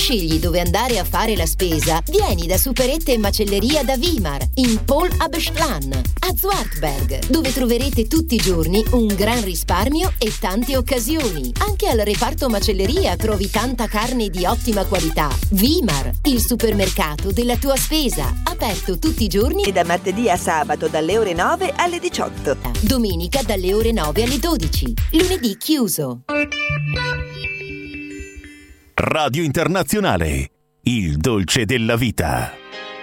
scegli dove andare a fare la spesa, vieni da Superette e Macelleria da Wimar, in Paul Abestlan, a Zwartberg, dove troverete tutti i giorni un gran risparmio e tante occasioni. Anche al reparto macelleria trovi tanta carne di ottima qualità. Wimar, il supermercato della tua spesa, aperto tutti i giorni e da martedì a sabato dalle ore 9 alle 18. Domenica dalle ore 9 alle 12. Lunedì chiuso. Radio Internazionale, il dolce della vita.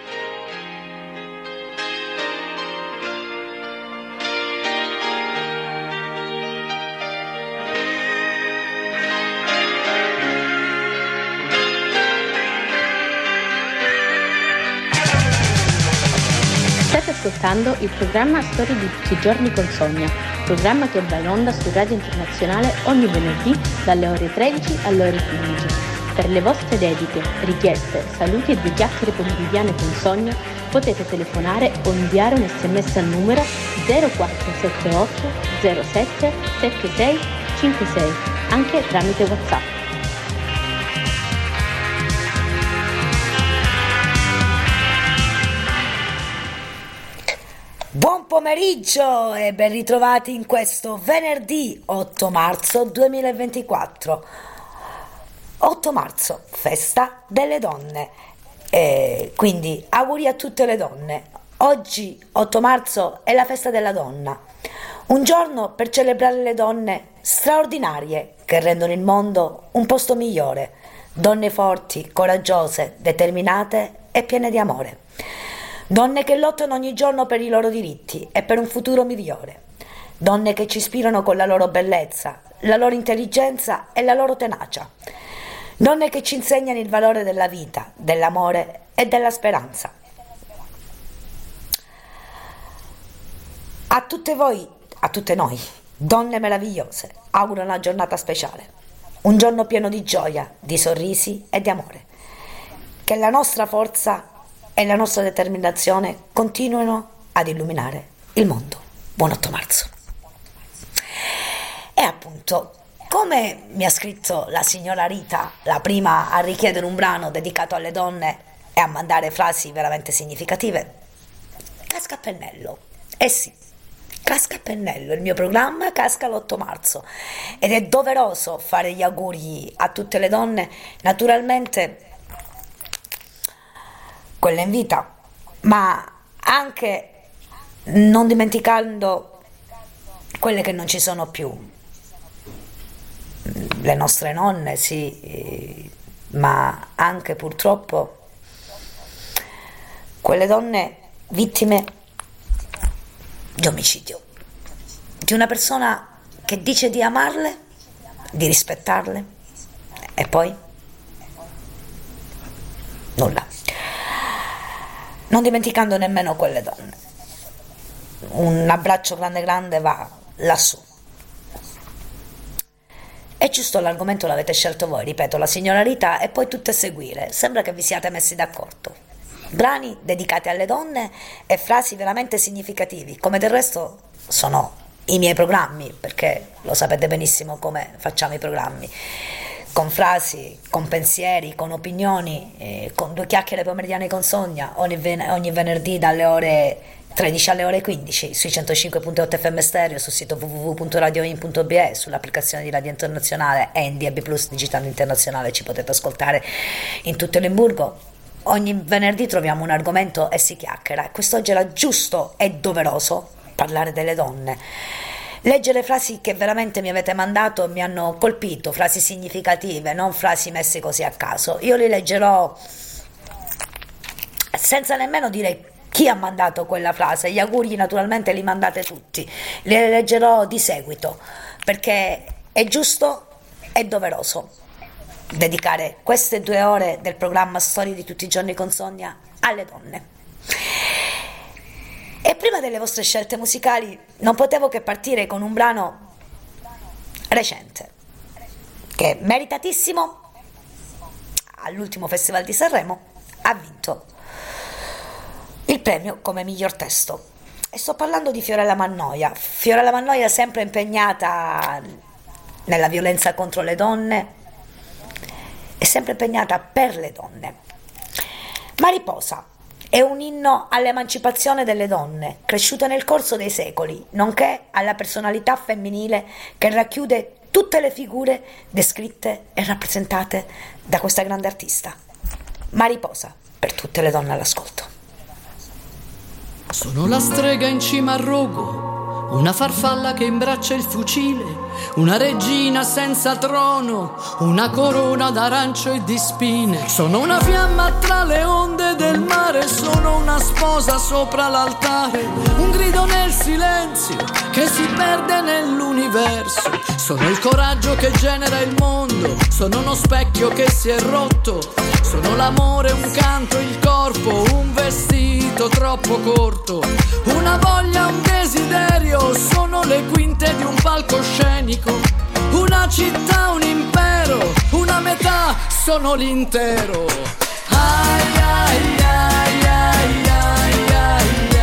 State ascoltando il programma Storie di tutti i giorni con Sonia, programma che va in onda su Radio Internazionale ogni venerdì dalle ore 13 alle ore 15. Per le vostre dediche, richieste, saluti e due chiacchiere pomeridiane con Sonia potete telefonare o inviare un sms al numero 0478 07 76 56, anche tramite WhatsApp. Buon pomeriggio e ben ritrovati in questo venerdì 8 marzo 2024. 8 marzo, festa delle donne, quindi auguri a tutte le donne. Oggi, 8 marzo, è la festa della donna, un giorno per celebrare le donne straordinarie che rendono il mondo un posto migliore, donne forti, coraggiose, determinate e piene di amore. Donne che lottano ogni giorno per i loro diritti e per un futuro migliore. Donne che ci ispirano con la loro bellezza, la loro intelligenza e la loro tenacia. Donne che ci insegnano il valore della vita, dell'amore e della speranza. A tutte voi, a tutte noi, donne meravigliose, auguro una giornata speciale. Un giorno pieno di gioia, di sorrisi e di amore. Che la nostra forza e la nostra determinazione continuino ad illuminare il mondo. Buon 8 marzo. E appunto, come mi ha scritto la signora Rita, la prima a richiedere un brano dedicato alle donne e a mandare frasi veramente significative, casca a pennello. Eh sì, casca a pennello, il mio programma casca l'8 marzo ed è doveroso fare gli auguri a tutte le donne, naturalmente quelle in vita, ma anche non dimenticando quelle che non ci sono più, le nostre nonne, sì, ma anche purtroppo quelle donne vittime di omicidio, di una persona che dice di amarle, di rispettarle e poi nulla. Non dimenticando nemmeno quelle donne. Un abbraccio grande grande va lassù. È giusto, l'argomento l'avete scelto voi, ripeto, la signora Rita e poi tutte a seguire. Sembra che vi siate messi d'accordo. Brani dedicati alle donne e frasi veramente significativi, come del resto sono i miei programmi, perché lo sapete benissimo come facciamo i programmi. Con frasi, con pensieri, con opinioni, con due chiacchiere pomeridiane con Sonia, ogni venerdì dalle ore 13 alle ore 15 sui 105.8 FM stereo, sul sito www.radioin.be, sull'applicazione di Radio Internazionale e in DAB+ digitale internazionale ci potete ascoltare in tutto Limburgo. Ogni venerdì troviamo un argomento e si chiacchiera. Quest'oggi era giusto e doveroso parlare delle donne. Leggere frasi che veramente mi avete mandato e mi hanno colpito, frasi significative, non frasi messe così a caso. Io li leggerò senza nemmeno dire chi ha mandato quella frase. Gli auguri naturalmente li mandate tutti, li leggerò di seguito perché è giusto e doveroso dedicare queste 2 ore del programma Storie di tutti i giorni con Sonia alle donne. E prima delle vostre scelte musicali non potevo che partire con un brano recente che, meritatissimo, all'ultimo Festival di Sanremo ha vinto il premio come miglior testo. E sto parlando di Fiorella Mannoia. Fiorella Mannoia, sempre impegnata nella violenza contro le donne e sempre impegnata per le donne. Mariposa è un inno all'emancipazione delle donne, cresciuta nel corso dei secoli, nonché alla personalità femminile che racchiude tutte le figure descritte e rappresentate da questa grande artista. Mariposa per tutte le donne all'ascolto. Sono la strega in cima al rogo, una farfalla che imbraccia il fucile, una regina senza trono, una corona d'arancio e di spine. Sono una fiamma tra le onde del mare, sono una sposa sopra l'altare, un grido nel silenzio che si perde nell'universo. Sono il coraggio che genera il mondo, sono uno specchio che si è rotto, sono l'amore, un canto, il corpo, un vestito troppo corto, una voglia, un desiderio, sono le quinte di un palcoscenico, una città, un impero, una metà, sono l'intero. Ai ai ai ai ai ai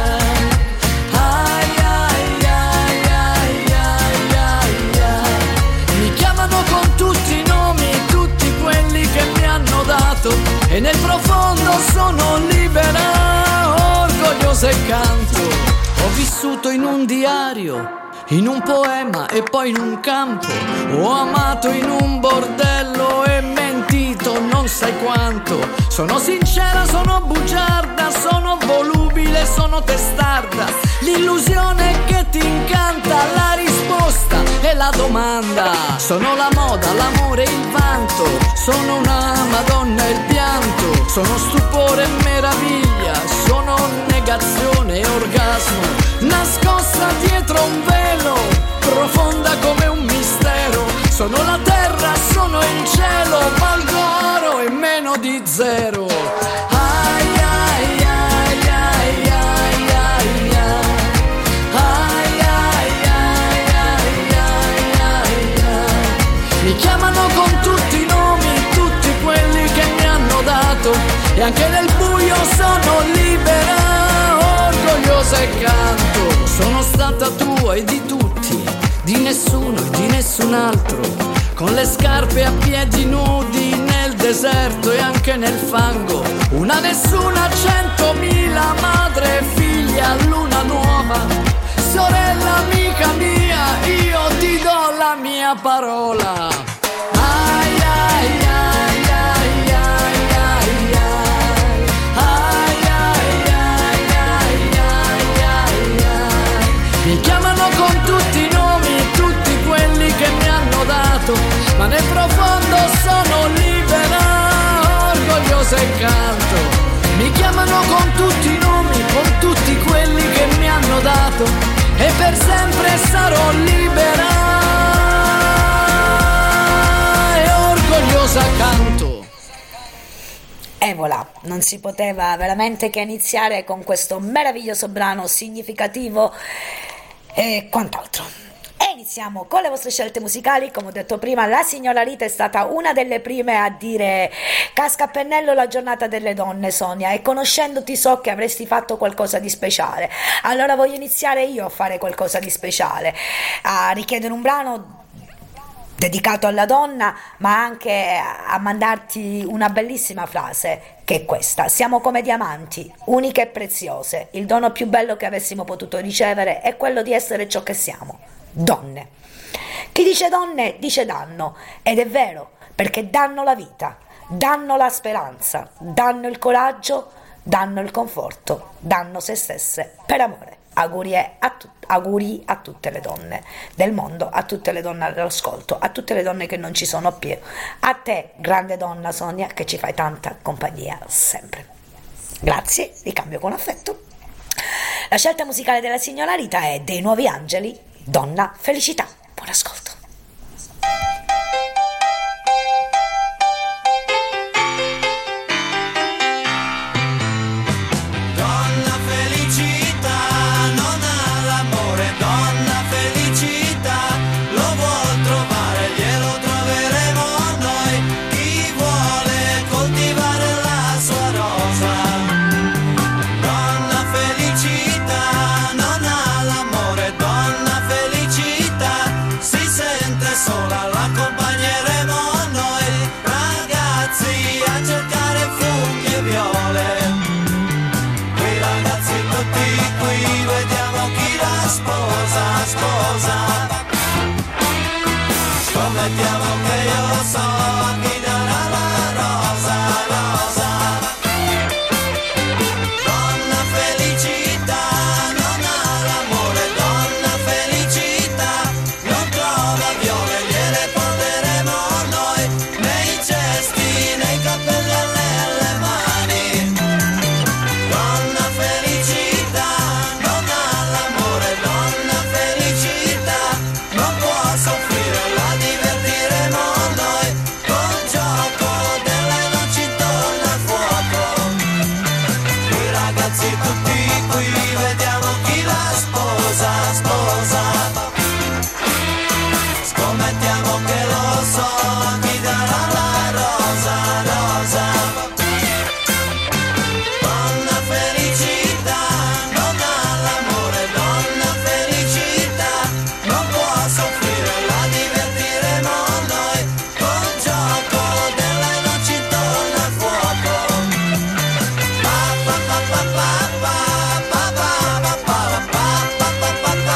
ai ai ai ai ai ai. Mi chiamano con tutti i nomi, tutti quelli che mi hanno dato, e nel profondo sono libera, orgogliosa e canto. Ho vissuto in un diario, in un poema e poi in un campo, ho amato in un bordello e mentito non sai quanto. Sono sincera, sono bugiarda, sono volubile, sono testarda, l'illusione che ti incanta, la risposta e la domanda. Sono la moda, l'amore, il vanto, sono una madonna e il pianto, sono stupore e meraviglia, sono negazione e orgasmo, nascosta dietro un velo, profonda come un mistero. Sono la terra, sono il cielo, valgo oro e meno di zero. Ai ai ai ai ai ai ai ai ai ai ai. Mi chiamano con tutti i nomi, tutti quelli che mi hanno dato, e anche nel buio sono libera, orgogliosa e canto. Sono stata tua e di tutti, di nessuno e di nessun altro, con le scarpe a piedi nudi nel deserto e anche nel fango. Una nessuna, 100.000, madre e figlia, luna nuova, sorella amica mia, io ti do la mia parola. Ai ai ai ai ai ai ai ai ai ai. Mi chiamano con tutti i nomi, tutti quelli che mi hanno dato, ma nel profondo sono libera, orgogliosa e canto. Mi chiamano con tutti i nomi, con tutti quelli che mi hanno dato, e per sempre sarò libera e orgogliosa canto. E voilà, non si poteva veramente che iniziare con questo meraviglioso brano significativo e quant'altro. E iniziamo con le vostre scelte musicali. Come ho detto prima, la signora Rita è stata una delle prime a dire: casca a pennello la giornata delle donne, Sonia, e conoscendoti so che avresti fatto qualcosa di speciale. Allora voglio iniziare io a fare qualcosa di speciale, a richiedere un brano dedicato alla donna, ma anche a mandarti una bellissima frase, che è questa: siamo come diamanti, uniche e preziose, il dono più bello che avessimo potuto ricevere è quello di essere ciò che siamo, donne. Chi dice donne dice danno, ed è vero, perché danno la vita, danno la speranza, danno il coraggio, danno il conforto, danno se stesse per amore. Auguri a tutte le donne del mondo, a tutte le donne all'ascolto, a tutte le donne che non ci sono più, a te grande donna Sonia, che ci fai tanta compagnia sempre. Grazie, ricambio con affetto. La scelta musicale della signora Rita è dei Nuovi Angeli, Donna Felicità. Buon ascolto. Si scommettiamo che io so chi darà la rosa, rosa. Donna felicità non ha l'amore, donna felicità non trova viole, gliele porteremo noi nei cesti, nei cappellelli alle mani. Donna felicità non ha l'amore, donna felicità non può soffrire, la divertiremo noi col gioco delle noci intorno al fuoco. Qui ragazzi tutti qui, vediamo chi la sposa, sposa. Scommettiamo che lo so chi darà la rosa, rosa. Donna felicità non ha l'amore, donna felicità non può soffrire, la divertiremo noi col gioco delle noci intorno al fuoco. Pa pa pa pa pa pa pa pa pa pa pa pa pa pa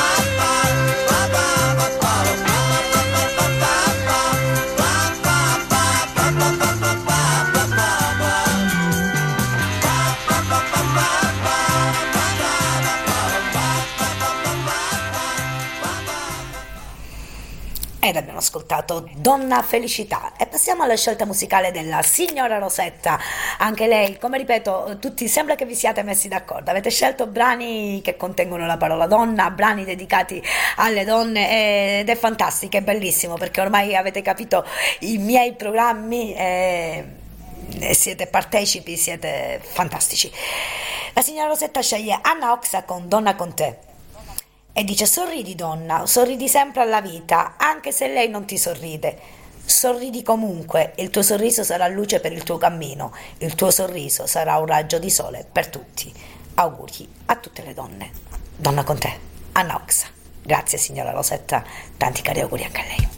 Ed abbiamo ascoltato Donna Felicità e passiamo alla scelta musicale della signora Rosetta. Anche lei, come ripeto, tutti sembra che vi siate messi d'accordo, avete scelto brani che contengono la parola donna, brani dedicati alle donne ed è fantastico, è bellissimo perché ormai avete capito i miei programmi siete partecipi, siete fantastici. La signora Rosetta sceglie Anna Oxa con Donna con te e dice: sorridi donna, sorridi sempre alla vita, anche se lei non ti sorride. Sorridi comunque, il tuo sorriso sarà luce per il tuo cammino, il tuo sorriso sarà un raggio di sole per tutti. Auguri a tutte le donne. Donna con te, Anna Oxa. Grazie signora Rosetta, tanti cari auguri anche a lei.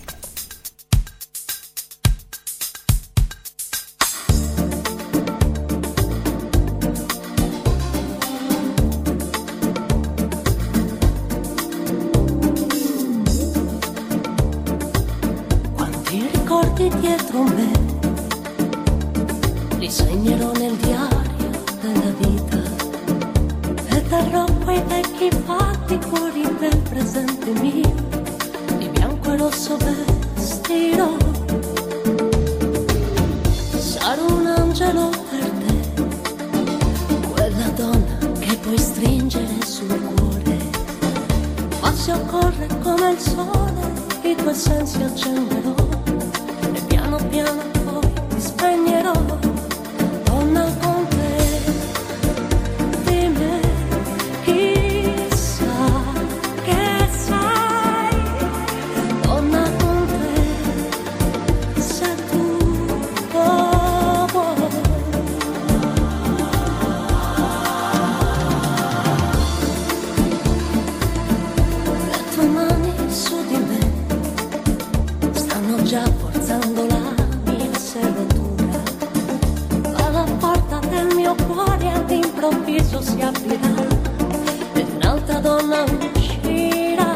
Dietro me li segnerò nel diario della vita e terrò quei vecchi fatti fuori del presente mio, di bianco e rosso vestirò. Sarò un angelo per te, quella donna che puoi stringere sul cuore, ma se occorre come il sole i tuoi sensi accenderò. Piano piano poi ti spegnerò, donna con te, di me chissà che sai, donna con te, se tu lo vuoi. Le tue mani su di me stanno già forzando la mia serratura, ma la porta del mio cuore all'improvviso si aprirà e un'altra donna uscirà.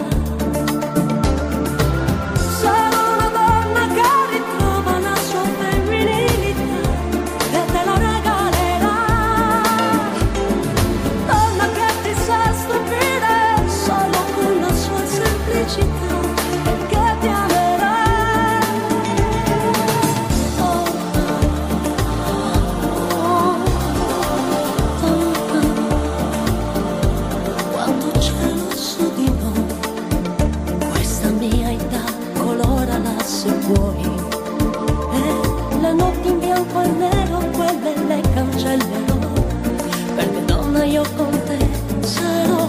Sarò una donna che ritrova la sua femminilità e te la regalerà, donna che ti sa stupire solo con la sua semplicità e che ti amerà. Se vuoi, e le notti in bianco e nero quelle le cancellerò, perché donna io con te sarò.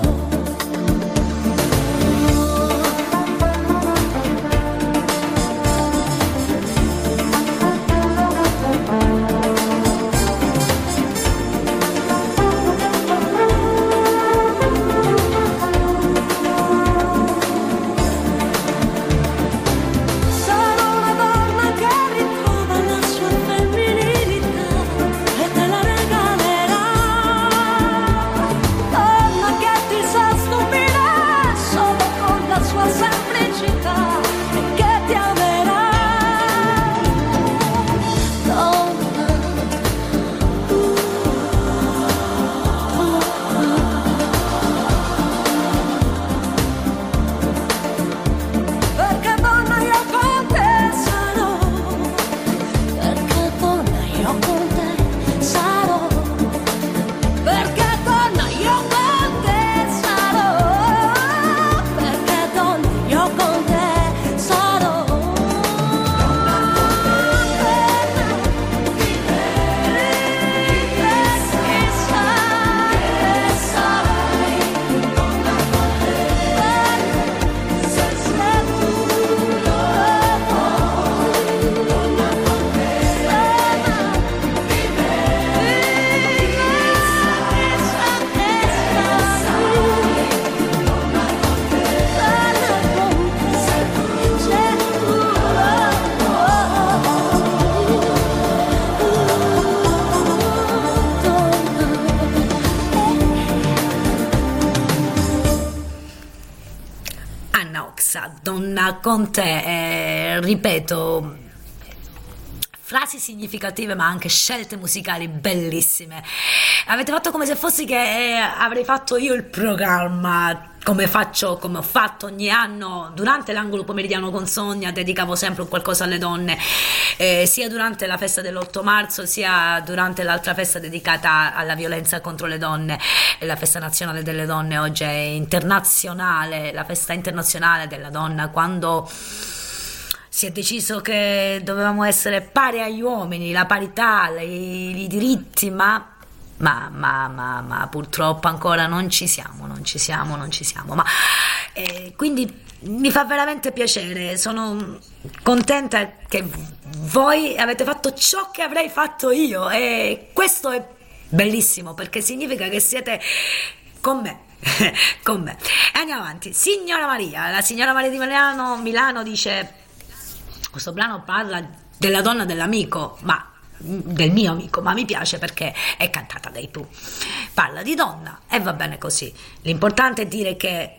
bellezza, donna con te, ripeto, frasi significative ma anche scelte musicali bellissime. Avete fatto come se fossi che avrei fatto io il programma, come ho fatto ogni anno durante l'angolo pomeridiano con Sonia. Dedicavo sempre un qualcosa alle donne, sia durante la festa dell'8 marzo sia durante l'altra festa dedicata alla violenza contro le donne, la festa nazionale delle donne. Oggi è internazionale, la festa internazionale della donna, quando si è deciso che dovevamo essere pari agli uomini, la parità, i diritti, ma purtroppo ancora non ci siamo. Ma quindi mi fa veramente piacere, sono contenta che voi avete fatto ciò che avrei fatto io, e questo è bellissimo perché significa che siete con me. Con me. E andiamo avanti. Signora Maria, la signora Maria di Milano dice: questo brano parla della donna dell'amico, ma del mio amico, ma mi piace perché è cantata dai Pooh. Parla di donna e va bene così. L'importante è dire che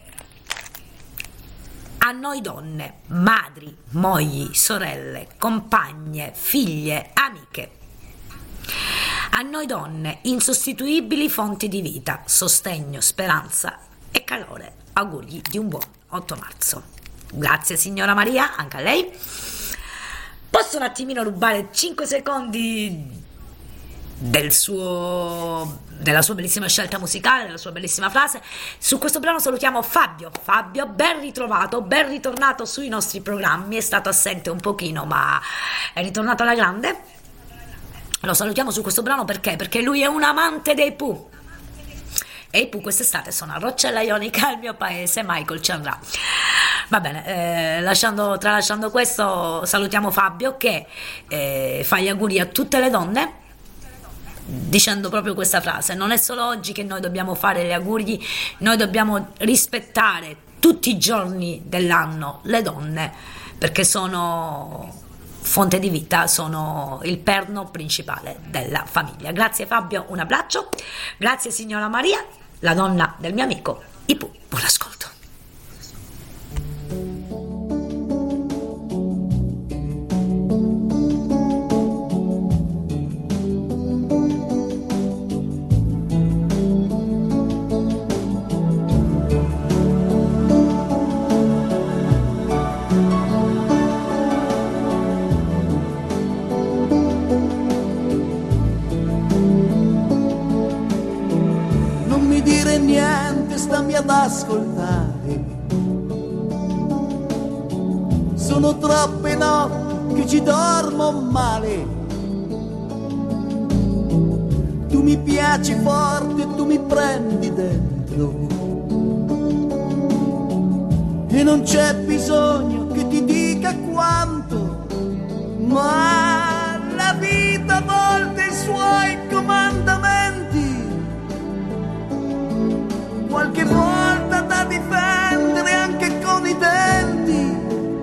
a noi donne, madri, mogli, sorelle, compagne, figlie, amiche, a noi donne insostituibili fonti di vita, sostegno, speranza e calore, auguri di un buon 8 marzo. Grazie signora Maria, anche a lei. Posso un attimino rubare 5 secondi della sua bellissima scelta musicale, della sua bellissima frase? Su questo brano salutiamo Fabio, ben ritrovato, ben ritornato sui nostri programmi, è stato assente un pochino ma è ritornato alla grande. Lo salutiamo su questo brano perché lui è un amante dei Pooh, e i Pooh quest'estate sono a Roccella Ionica, il mio paese. Michael ci andrà. Va bene, tralasciando questo, salutiamo Fabio che fa gli auguri a tutte le donne, dicendo proprio questa frase: non è solo oggi che noi dobbiamo fare gli auguri, noi dobbiamo rispettare tutti i giorni dell'anno le donne, perché sono fonte di vita, sono il perno principale della famiglia. Grazie Fabio, un abbraccio. Grazie signora Maria, la donna del mio amico, i Pooh. Buon ascolto. Stammi ad ascoltare, sono troppe notti che ci dormo male. Tu mi piaci forte, tu mi prendi dentro, e non c'è bisogno che ti dica quanto, ma la vita a volte i suoi comandamenti, qualche volta da difendere anche con i denti.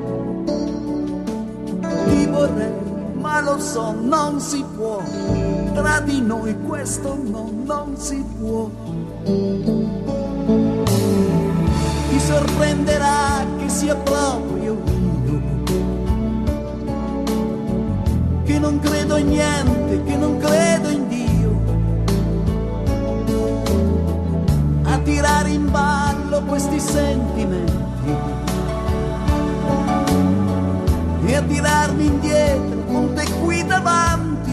Ti vorrei, ma lo so, non si può, tra di noi questo non si può. Ti sorprenderà che sia proprio io, che non credo in niente, che non credo in Dio, a tirare in ballo questi sentimenti e a tirarmi indietro con te qui davanti.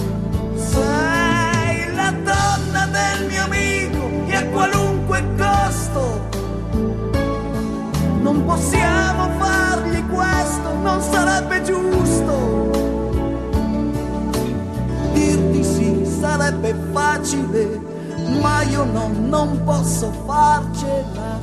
Sei la donna del mio amico e a qualunque costo non possiamo fargli questo, non sarebbe giusto. Dirti sì sarebbe facile, ma io non posso farcela.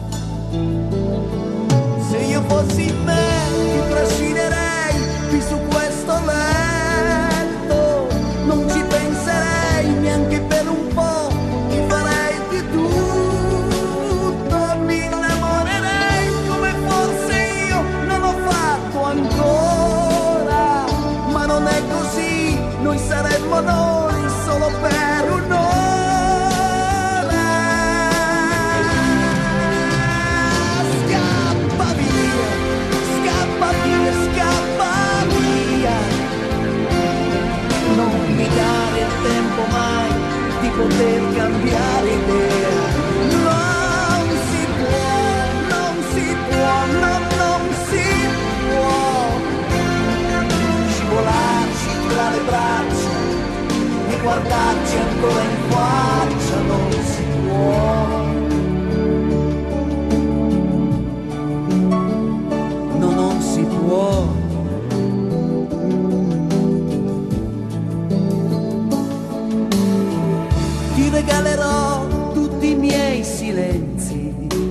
Se io fossi me ti trascinerei qui su questo letto, non ci penserei neanche per un po', ti farei di tutto, mi innamorerei come forse io non ho fatto ancora, ma non è così, noi saremmo noi solo per un'ora. silenzi,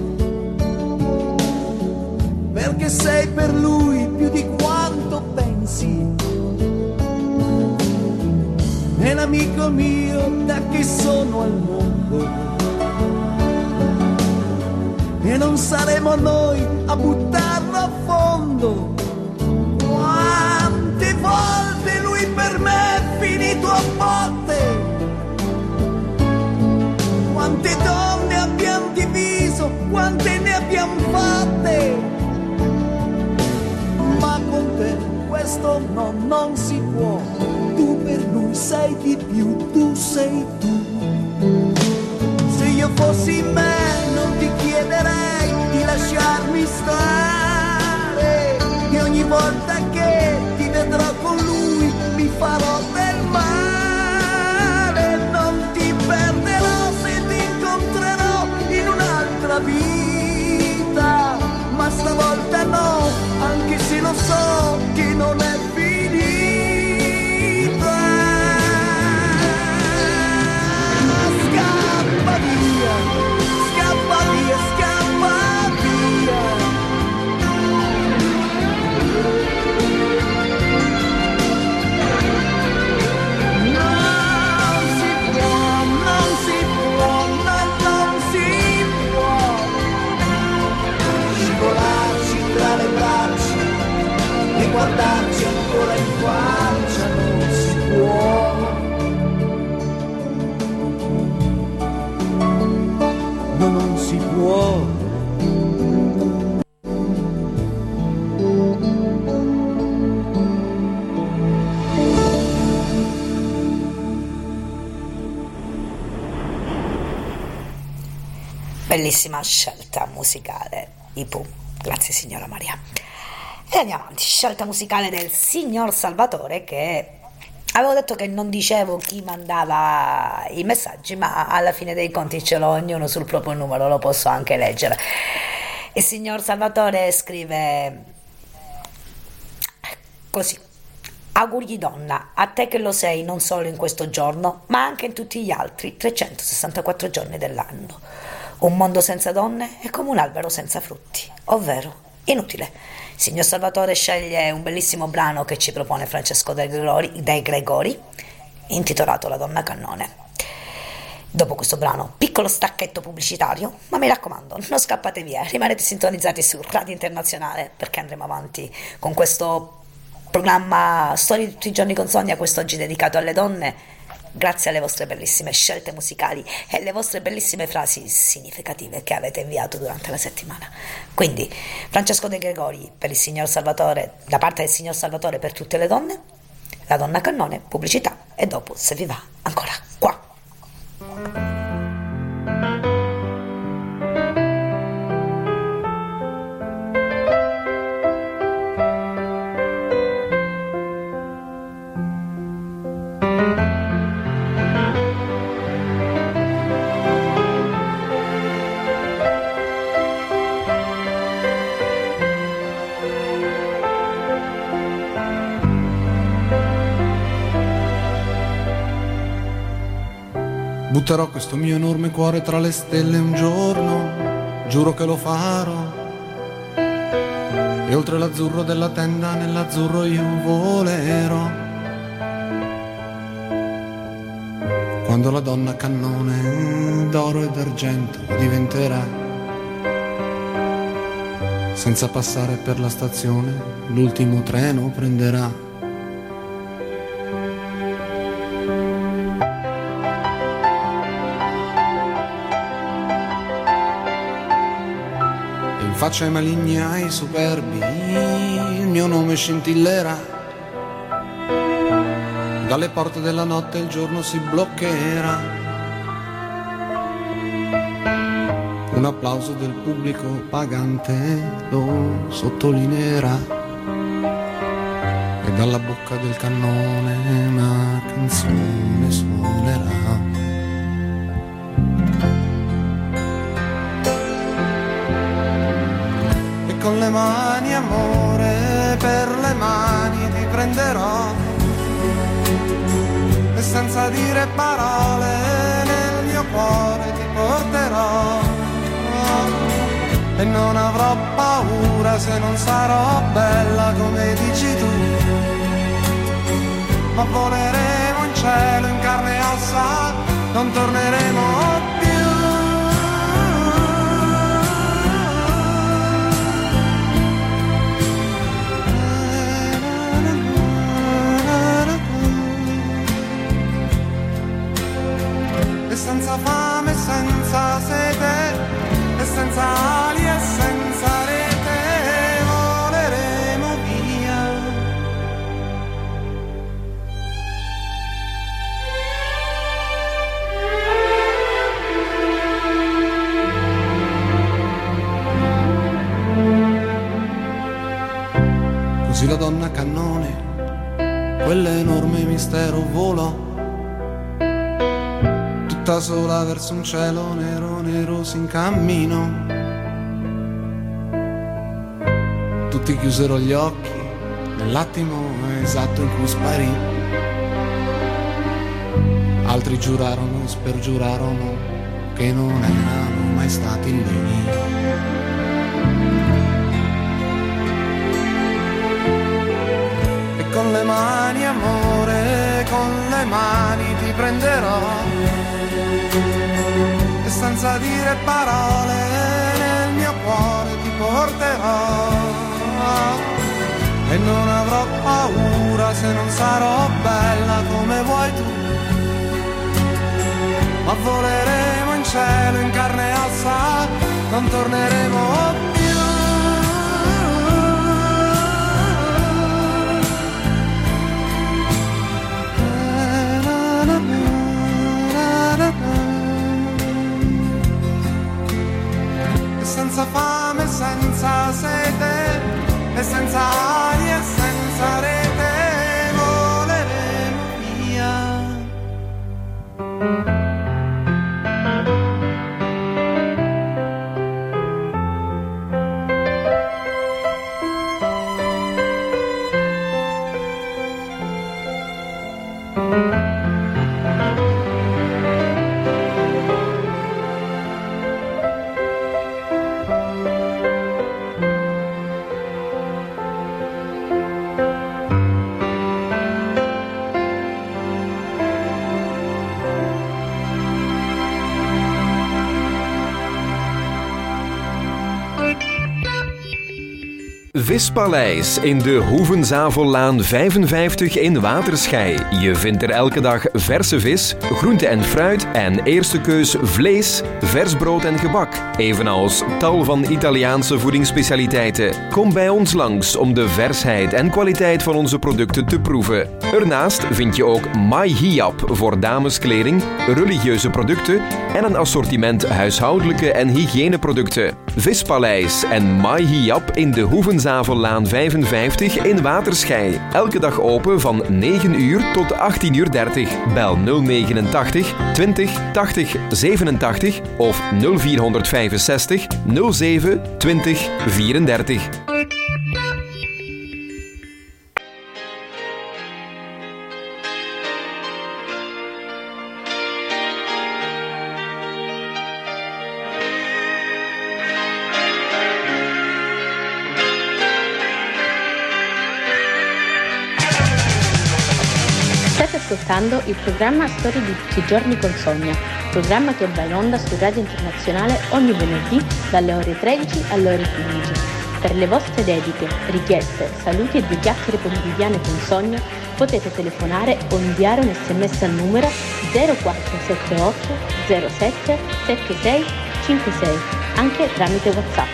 perché sei per lui più di quanto pensi. È l'amico mio da che sono al mondo, e non saremo noi a buttarlo a fondo. Quante volte lui per me è finito a botte, quante donne abbiamo diviso, quante ne abbiamo fatte, ma con te questo no, non si può. Tu per lui sei di più, tu sei tu. Se io fossi me non ti chiederei di lasciarmi stare, e ogni volta che ti vedrò con lui mi farò del male. Non ti perderò se ti incontrerò in un'altra vita, ma stavolta no, anche se lo so che non è finita. Scappa via, scappa via, scappa via. Non si può, non si può, no, non si può scivolarci tra le braccia e guardarci ancora in faccia. Non si può. No, non si può. Bellissima scelta musicale, i Pooh. Grazie signora Maria. E andiamo avanti, scelta musicale del signor Salvatore, che avevo detto che non dicevo chi mandava i messaggi, ma alla fine dei conti ce l'ho ognuno sul proprio numero, lo posso anche leggere. Il signor Salvatore scrive così: auguri donna, a te che lo sei non solo in questo giorno, ma anche in tutti gli altri 364 giorni dell'anno. Un mondo senza donne è come un albero senza frutti, ovvero inutile. Il signor Salvatore sceglie un bellissimo brano che ci propone Francesco De Gregori, intitolato La donna cannone. Dopo questo brano, piccolo stacchetto pubblicitario, ma mi raccomando, non scappate via, rimanete sintonizzati su Radio Internazionale, perché andremo avanti con questo programma Storie di tutti i giorni con Sonia, quest'oggi dedicato alle donne, grazie alle vostre bellissime scelte musicali e alle vostre bellissime frasi significative che avete inviato durante la settimana. Quindi Francesco De Gregori per il signor Salvatore, da parte del signor Salvatore per tutte le donne, La donna cannone, pubblicità, e dopo, se vi va, ancora qua. Butterò questo mio enorme cuore tra le stelle un giorno, giuro che lo farò. E oltre l'azzurro della tenda, nell'azzurro io volerò. Quando la donna cannone d'oro e d'argento diventerà, senza passare per la stazione, l'ultimo treno prenderà. Faccia ai maligni, ai superbi, il mio nome scintillerà. Dalle porte della notte il giorno si bloccherà. Un applauso del pubblico pagante lo sottolineerà. E dalla bocca del cannone una canzone suonerà. Con le mani, amore, per le mani ti prenderò, e senza dire parole nel mio cuore ti porterò. non avrò paura se non sarò bella come dici tu, ma voleremo in cielo in carne e ossa, non torneremo più. E senza fame, senza sete, e senza ali e senza rete voleremo via. Così la donna cannone, quell'enorme mistero volò tutta sola verso un cielo nero, nero in cammino. Tutti chiusero gli occhi nell'attimo esatto in cui sparì. Altri giurarono e spergiurarono che non erano mai stati lì. E con le mani, amore, con le mani ti prenderò, e senza dire parole nel mio cuore ti porterò, e non avrò paura se non sarò bella come vuoi tu, ma voleremo in cielo in carne e ossa, non torneremo più. Senza fame, senza sete, e senza ali e senza rete voleremo via. Vispaleis in de Hoevenzavellaan 55 in Waterschei. Je vindt er elke dag verse vis, groente en fruit en eerste keus vlees, vers brood en gebak. Evenals tal van Italiaanse voedingsspecialiteiten. Kom bij ons langs om de versheid en kwaliteit van onze producten te proeven. Ernaast vind je ook My Hiap voor dameskleding, religieuze producten en een assortiment huishoudelijke en hygiëneproducten. Vispaleis en My Hiap in de Hoevenzavellaan 55 in Waterschei. Elke dag open van 9 uur tot 18:30. Bel 089 20 80 87 of 0465 07 20 34. Ascoltando il programma Storie di tutti i giorni con Sonia, programma che va in onda su Radio Internazionale ogni venerdì dalle ore 13 alle ore 15. Per le vostre dediche, richieste, saluti e due chiacchiere pomeridiane con Sonia potete telefonare o inviare un sms al numero 0478 07 76 56, anche tramite WhatsApp.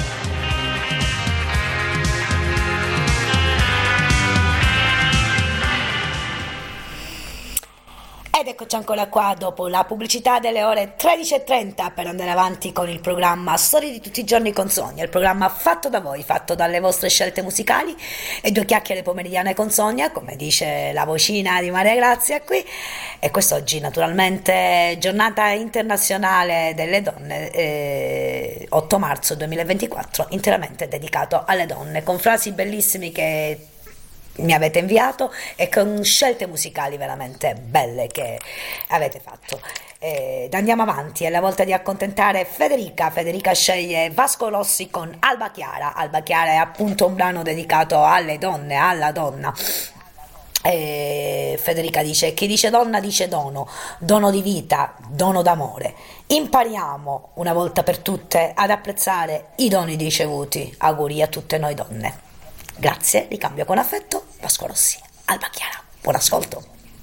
Ed eccoci ancora qua dopo la pubblicità delle ore 13:30 per andare avanti con il programma Storie di tutti i giorni con Sonia, il programma fatto da voi, fatto dalle vostre scelte musicali e due chiacchiere pomeridiane con Sonia, come dice la vocina di Maria Grazia qui. E quest'oggi naturalmente giornata internazionale delle donne, 8 marzo 2024, interamente dedicato alle donne, con frasi bellissime che mi avete inviato e con scelte musicali veramente belle che avete fatto. Andiamo avanti, è la volta di accontentare Federica. Federica sceglie Vasco Rossi con Alba Chiara. Alba Chiara è appunto un brano dedicato alle donne, alla donna. Federica dice: chi dice donna dice dono, dono di vita, dono d'amore. Impariamo una volta per tutte ad apprezzare i doni ricevuti. Auguri a tutte noi donne. Grazie, ricambio con affetto, Vasco Rossi, Alba Chiara. Buon ascolto.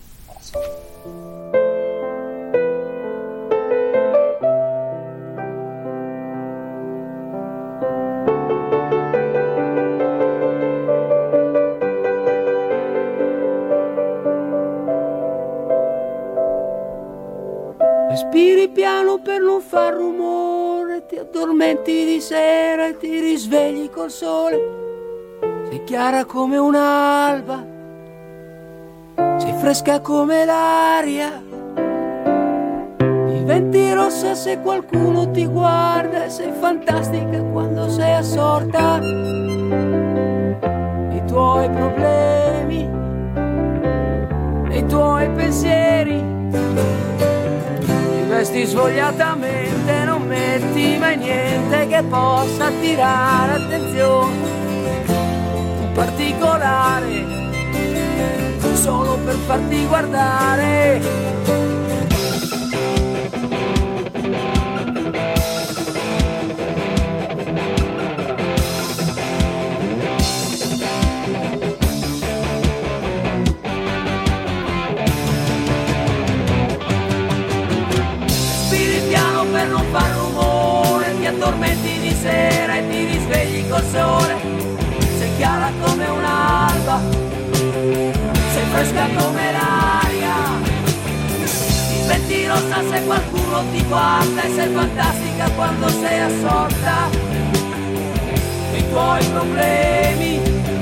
Respiri piano per non far rumore, ti addormenti di sera e ti risvegli col sole. Sei chiara come un'alba, sei fresca come l'aria, diventi rossa se qualcuno ti guarda e sei fantastica quando sei assorta. I tuoi problemi, i tuoi pensieri, vesti svogliatamente, non metti mai niente che possa attirare attenzione. Un particolare, solo per farti guardare. Per non far rumore, ti addormenti di sera e ti risvegli col sole. Sei chiara come un'alba, sei fresca come l'aria, diventi rossa se qualcuno ti guarda e sei fantastica quando sei assorta. I tuoi problemi,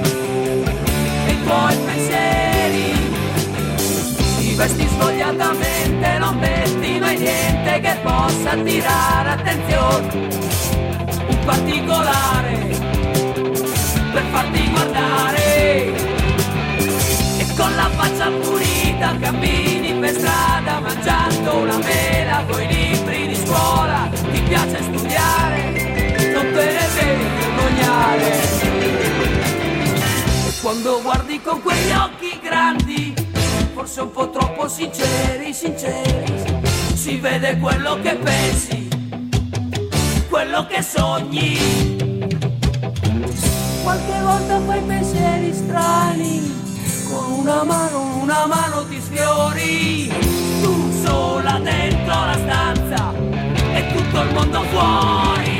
i tuoi pensieri, ti vesti svogliatamente, non metti mai niente che possa attirare attenzione. Un particolare per farti guardare, e con la faccia pulita cammini per strada mangiando una mela coi libri di scuola. Ti piace studiare, non te ne devi vergognare. E quando guardi con quegli occhi grandi, forse un po' troppo sinceri, si vede quello che pensi, quello che sogni. Qualche volta fai pensieri strani, con una mano ti sfiori. Tu sola dentro la stanza e tutto il mondo fuori.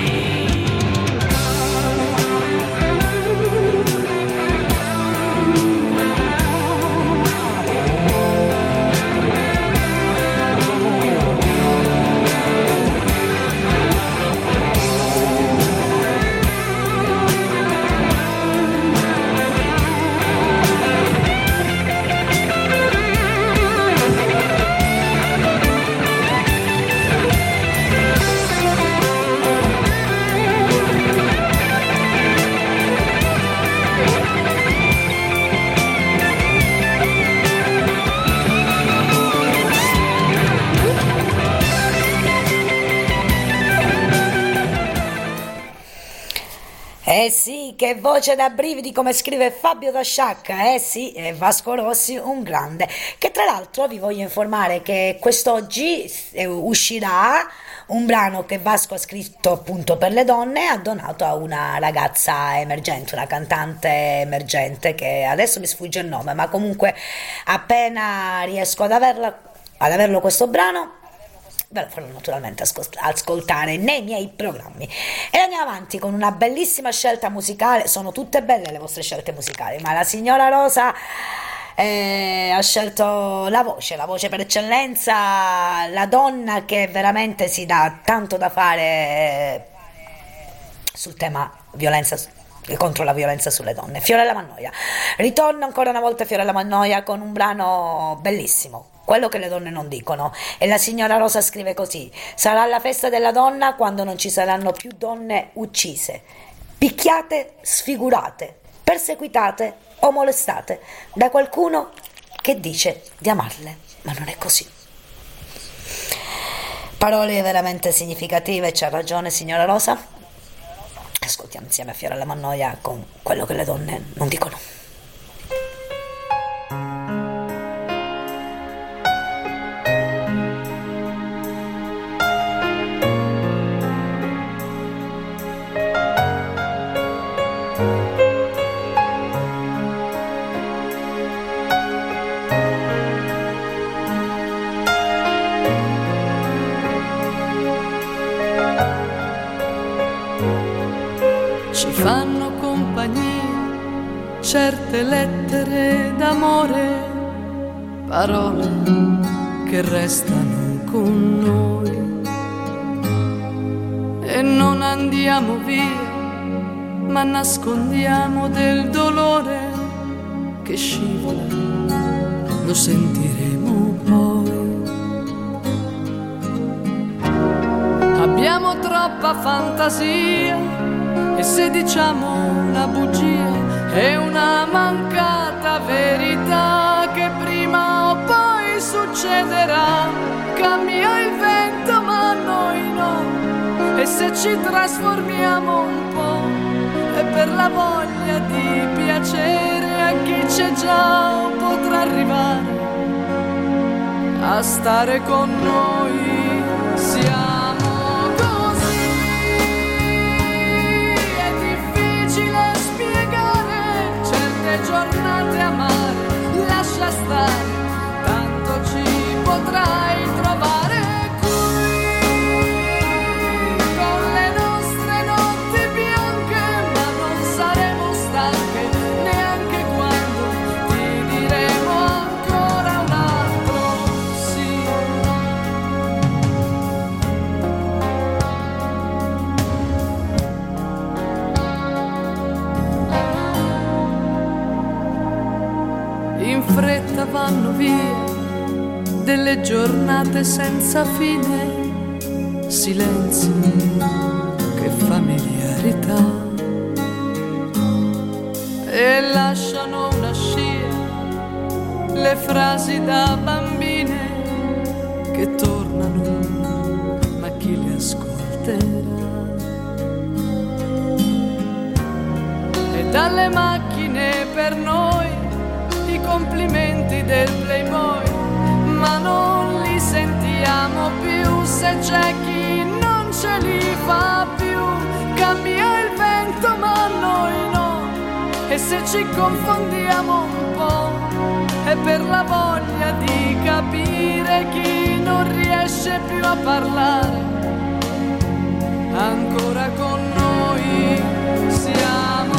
Eh sì, che voce da brividi, come scrive Fabio da Sciacca. Eh sì, è Vasco Rossi, un grande. Che tra l'altro vi voglio informare che quest'oggi uscirà un brano che Vasco ha scritto appunto per le donne e ha donato a una ragazza emergente, una cantante emergente che adesso mi sfugge il nome, ma comunque appena riesco ad averlo questo brano ve lo farò naturalmente ascoltare nei miei programmi. E andiamo avanti con una bellissima scelta musicale. Sono tutte belle le vostre scelte musicali, ma la signora Rosa ha scelto la voce per eccellenza, la donna che veramente si dà tanto da fare sul tema violenza contro la violenza sulle donne. Fiorella Mannoia. Ritorno ancora una volta Fiorella Mannoia con un brano bellissimo, quello che le donne non dicono, e la signora Rosa scrive così: sarà la festa della donna quando non ci saranno più donne uccise, picchiate, sfigurate, perseguitate o molestate da qualcuno che dice di amarle, ma non è così. Parole veramente significative, c'ha ragione signora Rosa. Ascoltiamo insieme a Fiorella Mannoia con quello che le donne non dicono. Ci fanno compagnia certe lettere d'amore, parole che restano con noi e non andiamo via, ma nascondiamo del dolore che scivola, lo sentiremo poi. Abbiamo troppa fantasia e se diciamo una bugia è una mancata verità che prima o poi succederà. Cambia il vento ma noi no, e se ci trasformiamo un po' è per la voglia di piacere a chi c'è già o potrà arrivare a stare con noi. Siamo giornate amare, lascia stare, tanto ci potrai trovare qui, con le nostre notti bianche, ma non saremo stanche neanche quando ti diremo ancora un altro sì. In fretta vanno via delle giornate senza fine, silenzi, che familiarità, e lasciano una scia le frasi da bambine che tornano, ma chi le ascolterà? E dalle macchine per noi i complimenti del Playboy, ma non li sentiamo più se c'è chi non ce li fa più. Cambia il vento ma noi no, e se ci confondiamo un po' è per la voglia di capire chi non riesce più a parlare ancora con noi. Siamo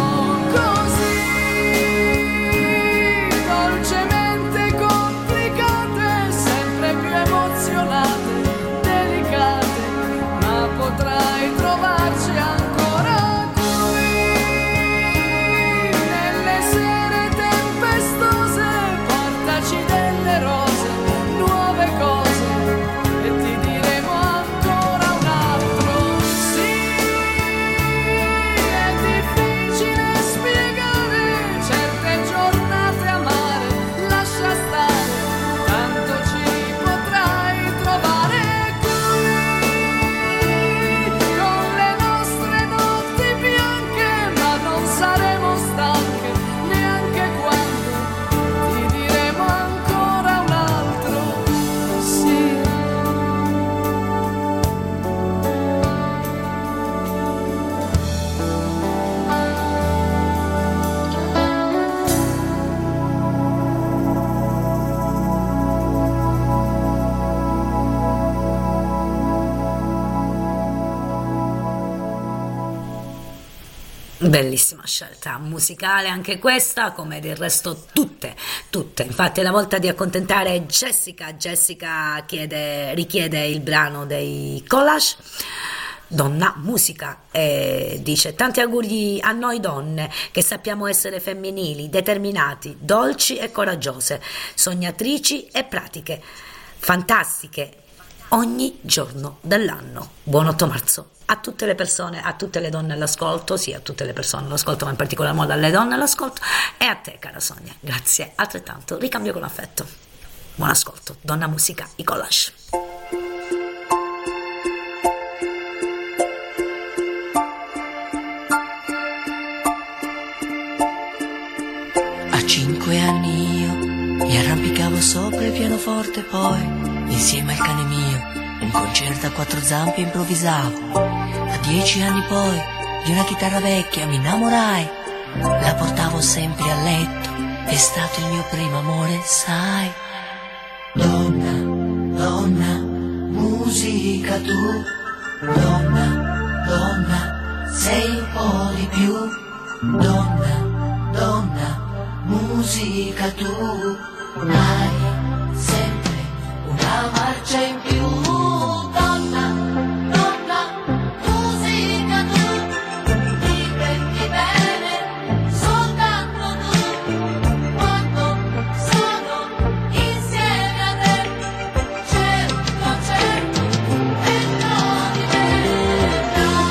dolcemente complicate, sempre più emozionate, delicate, ma potrai trovarci ancora qui, nelle sere tempestose, portaci delle rose, nuove cose, e ti diremo ancora un altro sì. È difficile spiegare certe giornate amare, lascia stare, tanto ci potrai trovare qui, con le nostre notti bianche, ma non saremo stanche neanche quando ti diremo ancora un altro sì. Bellissima scelta musicale anche questa, come del resto tutte. Infatti è la volta di accontentare Jessica. Jessica richiede il brano dei Collage, Donna Musica, e dice: tanti auguri a noi donne che sappiamo essere femminili, determinati, dolci e coraggiose, sognatrici e pratiche, fantastiche ogni giorno dell'anno. Buon 8 marzo a tutte le persone, a tutte le donne all'ascolto, sì, a tutte le persone all'ascolto, ma in particolar modo alle donne all'ascolto, e a te, cara Sonia. Grazie altrettanto, ricambio con affetto. Buon ascolto, Donna Musica, i collage. A 5 anni io mi arrampicavo sopra il pianoforte, poi insieme al cane mio un concerto a 4 zampe improvvisavo. A 10 anni poi di una chitarra vecchia mi innamorai, la portavo sempre a letto, è stato il mio primo amore, sai. Donna, donna, musica tu, donna, donna, sei un po' di più. Donna, donna, musica tu, hai sempre una marcia in più. Donna, donna, musica tu, ti prendi bene soltanto tu. Quando sono insieme a te c'è un concerto dentro di me.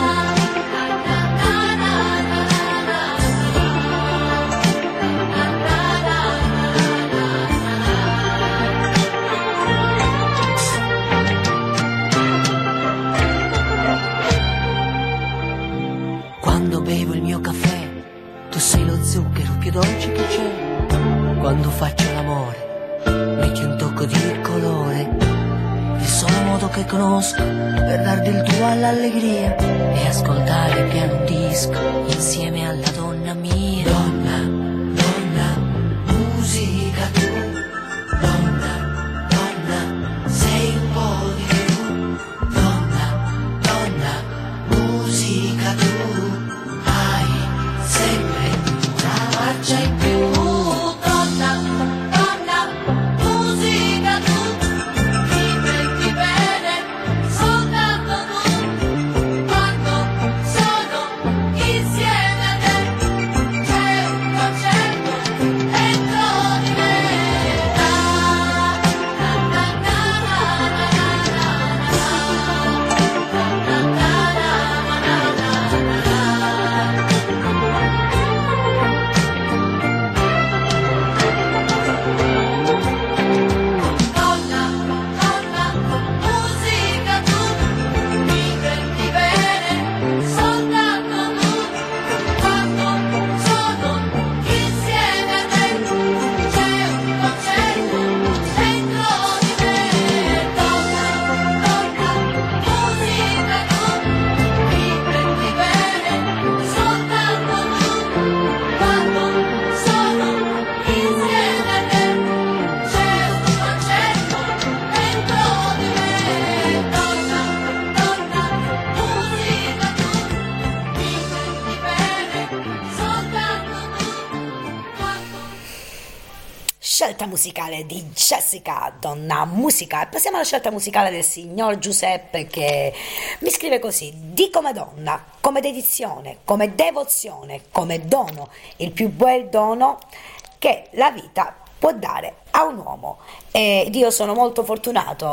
Quando bevo il mio caffè, tu sei lo zucchero più dolce che c'è. Quando faccio l'amore, metti un tocco di colore. Il solo modo che conosco per dar del tuo all'allegria è ascoltare piano un disco insieme alla donna mia. Donna, donna, musica tu. Donna, donna, sei un po' di più. Donna, donna, musica tu. Sempre una marcia in più. Donna, donna, musica tu, ti prendi bene soltanto tu. Quando sono insieme a te c'è un concerto dentro di me. Scelta musicale di Jessica, Donna Musica. E passiamo alla scelta musicale del signor Giuseppe, che mi scrive così: di come donna, come dedizione, come devozione, come dono, il più bel dono che la vita può dare a un uomo. Ed io sono molto fortunato,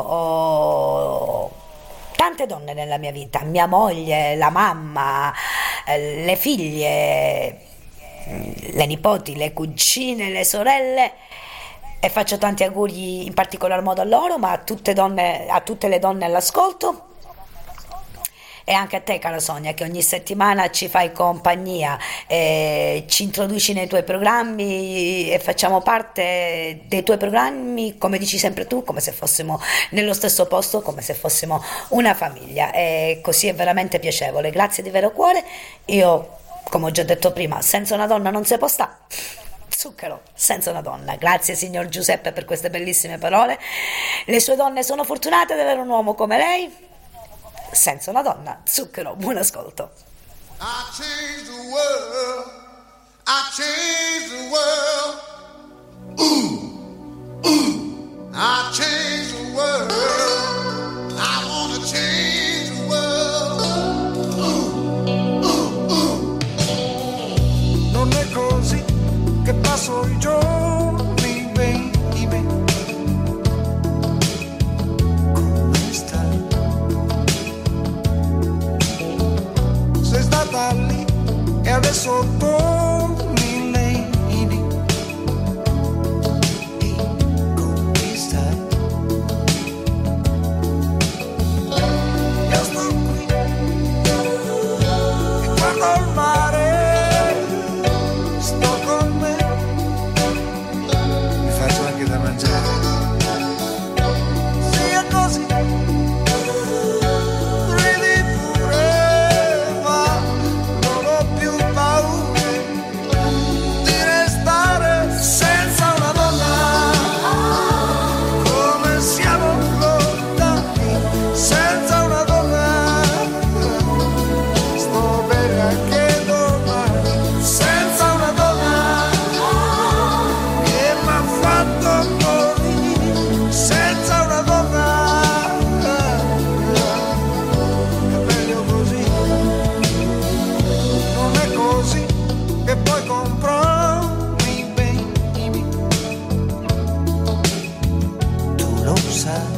ho tante donne nella mia vita, mia moglie, la mamma, le figlie, le nipoti, le cugine, le sorelle, e faccio tanti auguri in particolar modo a loro, ma a tutte le donne all'ascolto, e anche a te, cara Sonia, che ogni settimana ci fai compagnia, ci introduci nei tuoi programmi e facciamo parte dei tuoi programmi, come dici sempre tu, come se fossimo nello stesso posto, come se fossimo una famiglia, e così è veramente piacevole. Grazie di vero cuore. Io, come ho già detto prima, senza una donna non si può stare. Zucchero senza una donna. Grazie signor Giuseppe per queste bellissime parole. Le sue donne sono fortunate ad avere un uomo come lei. Senza una donna, zucchero. Buon ascolto. I changed the world. I changed the world. Ooh, ooh. I changed the world. I wanna change the world. Ooh, ooh, ooh. Non è così che passo i giorni, baby, come stare sotto mille lidi e conquistare. Io sto qui e guardo il mare, sto con me, mi faccio anche da mangiare. Sia così, ridi pure, ma non ho più paura di restare senza una donna, come siamo lontani senza una donna. Sto bene anche domani senza una donna che m'ha fatto morire senza una donna. È meglio così, non è così che poi compromi bene. Tu lo sai,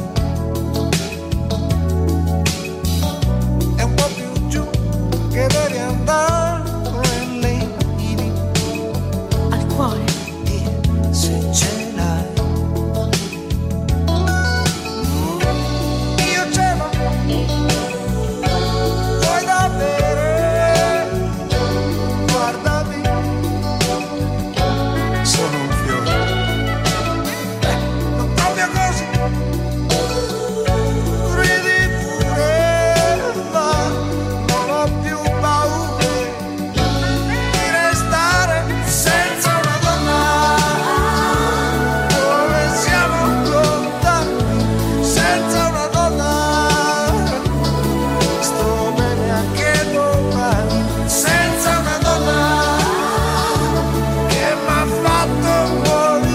è un po' più giù che devi andare lì Al cuore. se ce l'hai. Io ce l'ho, vuoi da bere? Guardami, sono un fiore, non proprio così, ridi pure, ma non ho più paura di restare senza una donna, come siamo lontani senza una donna. Sto bene anche domani senza una donna che m'ha fatto morire.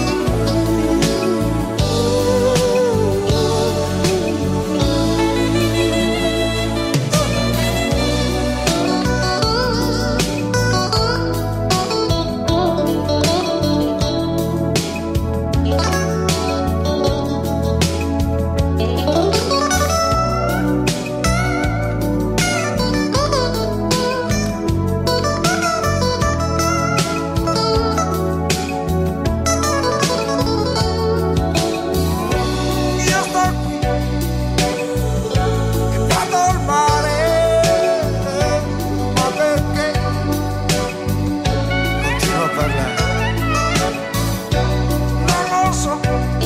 Io sto qui e guardo il mare, ma perché continuo a parlare? Non lo so,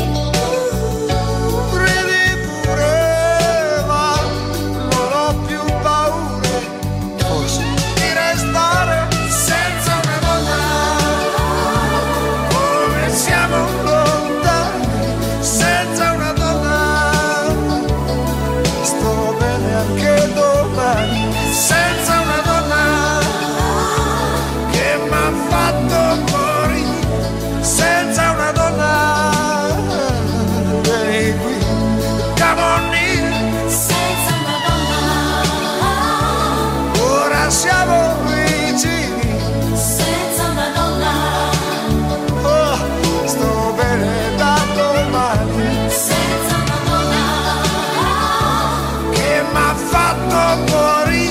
ridi pure, ma non ho più paura, forse, di restare senza una donna, come siamo lontani senza una donna. Sto bene anche domani senza una donna che m'ha fatto morire senza una donna. Vieni qui, come on in, senza una donna. Ora siamo vicini senza una donna. Oh, sto bene da domani senza una donna che m'ha fatto morire.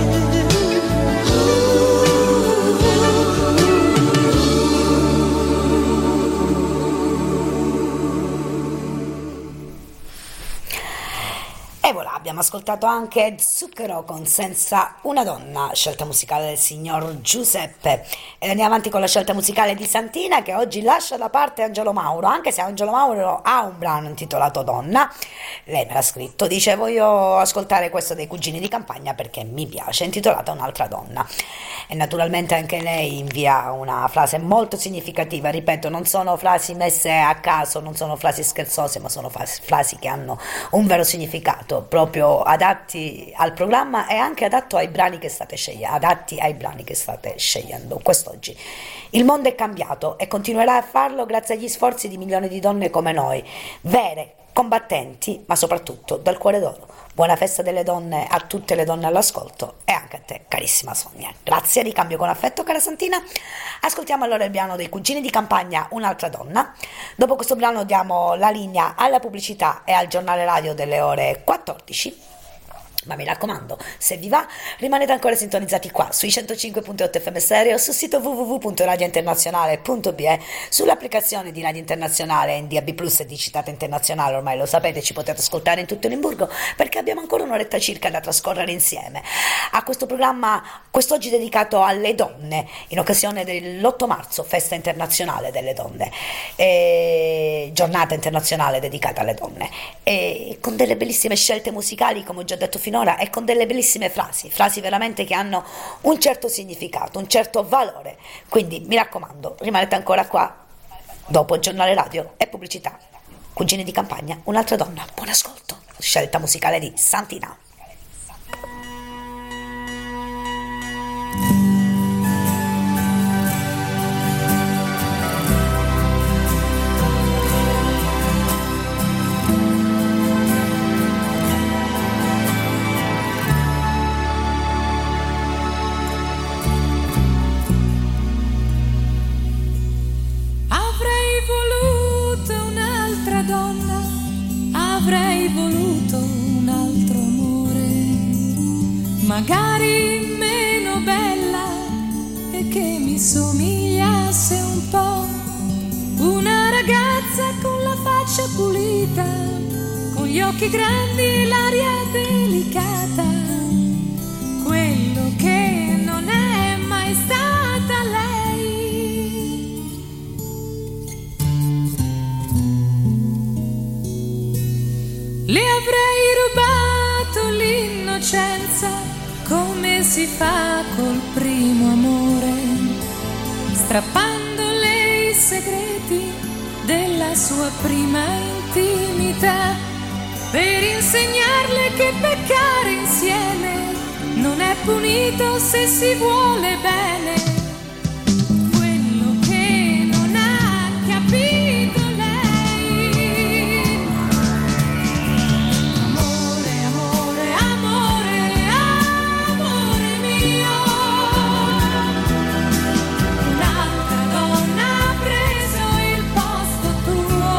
E voilà, abbiamo ascoltato anche Zucchero con Senza una donna, scelta musicale del signor Giuseppe. E andiamo avanti con la scelta musicale di Santina, che oggi lascia da parte Angelo Mauro, anche se Angelo Mauro ha un brano intitolato Donna. Lei me l'ha scritto, dice: voglio ascoltare questo dei Cugini di Campagna perché mi piace, è intitolata Un'altra donna. E naturalmente anche lei invia una frase molto significativa, ripeto, non sono frasi messe a caso, non sono frasi scherzose, ma sono frasi che hanno un vero significato, proprio adatti al programma e anche adatto ai brani che state scegliendo, adatti ai brani che state scegliendo quest'oggi. Il mondo è cambiato e continuerà a farlo grazie agli sforzi di milioni di donne come noi, vere, combattenti, ma soprattutto dal cuore d'oro. Buona festa delle donne a tutte le donne all'ascolto e anche a te, carissima Sonia. Grazie, ricambio con affetto, cara Santina. Ascoltiamo allora il brano dei Cugini di Campagna, Un'altra donna. Dopo questo brano diamo la linea alla pubblicità e al giornale radio delle ore 14. Ma mi raccomando, se vi va, rimanete ancora sintonizzati qua sui 105.8 FM Stereo, sul sito www.radiointernazionale.be, sull'applicazione di Radio Internazionale in DAB+ e di Citata Internazionale, ormai lo sapete, ci potete ascoltare in tutto Limburgo, perché abbiamo ancora un'oretta circa da trascorrere insieme a questo programma quest'oggi dedicato alle donne, in occasione dell'8 marzo, festa internazionale delle donne, giornata internazionale dedicata alle donne, e con delle bellissime scelte musicali, come ho già detto finora, e con delle bellissime frasi veramente che hanno un certo significato, un certo valore. Quindi mi raccomando, rimanete ancora qua dopo il giornale radio e pubblicità. Cugini di campagna, un'altra donna. Buon ascolto. Scelta musicale di Santina. Magari meno bella e che mi somigliasse un po', una ragazza con la faccia pulita, con gli occhi grandi e l'aria delicata, quello che non è mai stata lei. Le avrei rubato l'innocenza, come si fa col primo amore, strappandole i segreti della sua prima intimità, per insegnarle che peccare insieme non è punito se si vuole bene. Quello che non ha capito lei. Amore, amore, amore, amore mio. Un'altra donna ha preso il posto tuo.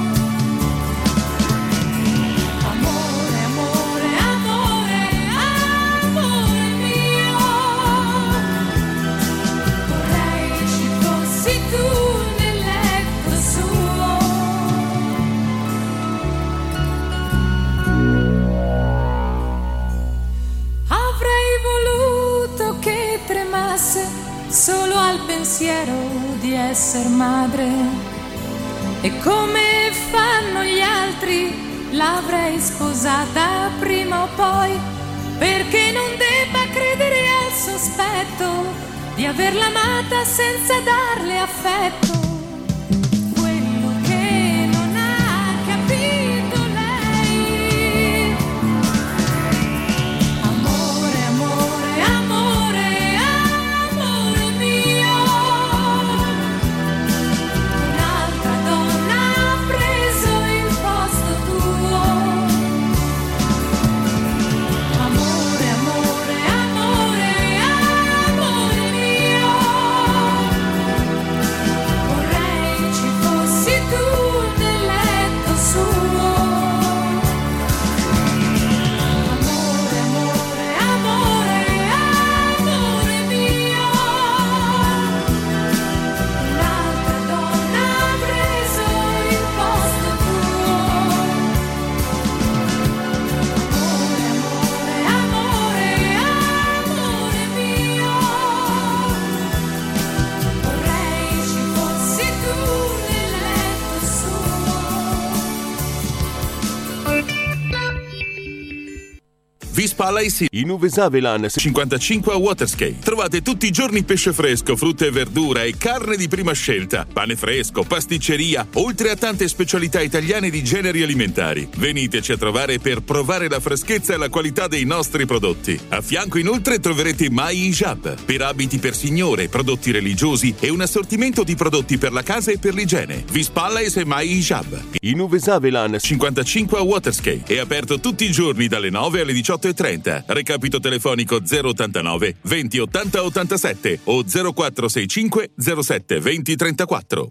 Amore, amore, amore, amore mio. Vorrei ci fossi tu nel letto suo. Avrei voluto che tremasse solo al pensiero di essere madre, e come fanno gli altri l'avrei sposata prima o poi, perché non debba credere al sospetto di averla amata senza darle affetto. Quello che non ha capito lei. Amore, amore, amore, amore mio. Un'altra donna ha preso il posto tuo. Amore, amore, amore, amore mio. Vorrei ci fossi tu nel letto suo. Amore, amore, amore, amore mio. Un'altra donna ha preso il posto tuo. Amore, amore, amore, amore mio. Vorrei ci fossi tu nel letto suo. Vispa IC in Uvesavelan 55 a Waterskate. Trovate tutti i giorni pesce fresco, frutta e verdura e carne di prima scelta, pane fresco, pasticceria, oltre a tante specialità italiane di generi alimentari. Veniteci a trovare per provare la freschezza e la qualità dei nostri prodotti. A fianco inoltre troverete Mai Hijab per abiti per signore, prodotti religiosi e un assortimento di prodotti per la casa e per l'igiene. Vispa e Mai Hijab in Uvesavelan 55 a Waterskate. È aperto tutti i giorni dalle 9 alle 18:30. Recapito telefonico 089 20 80 87 o 0465 07 20 34.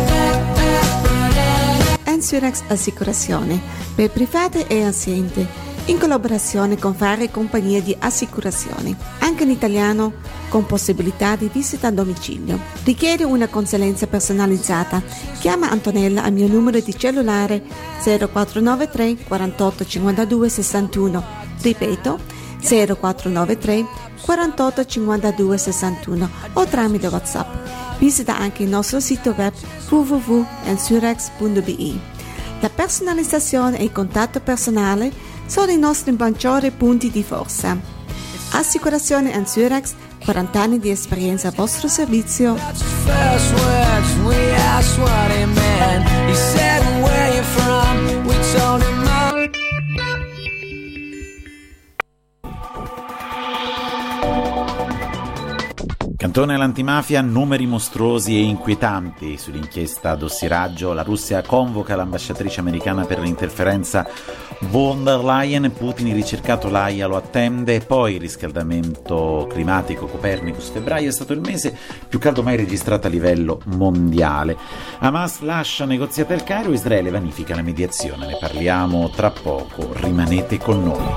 Ensurex Assicurazione per private e aziende. in collaborazione con varie compagnie di assicurazioni, anche in italiano, con possibilità di visita a domicilio. Richiede una consulenza personalizzata? Chiama Antonella al mio numero di cellulare 0493 48 52 61. Ripeto, 0493 48 52 61 o tramite WhatsApp. Visita anche il nostro sito web www.ensurex.be. La personalizzazione e il contatto personale sono i nostri maggiori punti di forza. Assicurazione Ensurex, 40 anni di esperienza a vostro servizio. Cantone all'antimafia, numeri mostruosi e inquietanti. Sull'inchiesta dossieraggio, la Russia convoca l'ambasciatrice americana per l'interferenza von der Leyen, Putin ricercato, l'AIA lo attende, poi il riscaldamento climatico, Copernicus, febbraio è stato il mese più caldo mai registrato a livello mondiale. Hamas lascia negoziate al Cairo, Israele vanifica la mediazione, ne parliamo tra poco, rimanete con noi.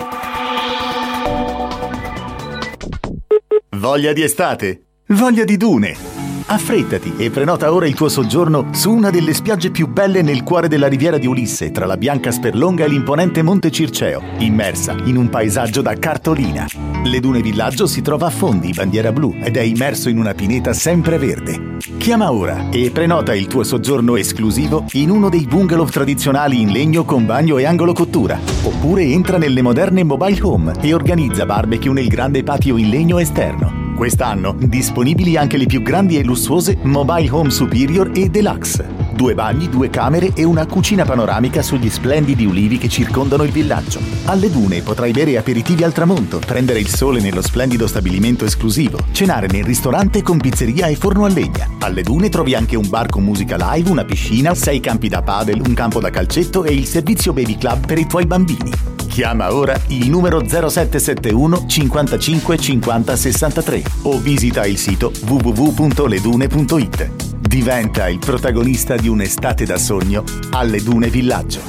Voglia di estate? Voglia di dune? Affrettati e prenota ora il tuo soggiorno su una delle spiagge più belle nel cuore della riviera di Ulisse, tra la bianca Sperlonga e l'imponente Monte Circeo, immersa in un paesaggio da cartolina. Le Dune Villaggio si trova a Fondi, bandiera blu, ed è immerso in una pineta sempreverde. Chiama ora e prenota il tuo soggiorno esclusivo in uno dei bungalow tradizionali in legno con bagno e angolo cottura. Oppure entra nelle moderne mobile home e organizza barbecue nel grande patio in legno esterno. Quest'anno disponibili anche le più grandi e lussuose Mobile Home Superior e Deluxe. 2 bagni, 2 camere e una cucina panoramica sugli splendidi ulivi che circondano il villaggio. Alle Dune potrai bere aperitivi al tramonto, prendere il sole nello splendido stabilimento esclusivo, cenare nel ristorante con pizzeria e forno a legna. Alle Dune trovi anche un bar con musica live, una piscina, 6 campi da padel, un campo da calcetto e il servizio Baby Club per i tuoi bambini. Chiama ora il numero 0771 55 50 63 o visita il sito www.ledune.it. Diventa il protagonista di un'estate da sogno alle Dune Villaggio.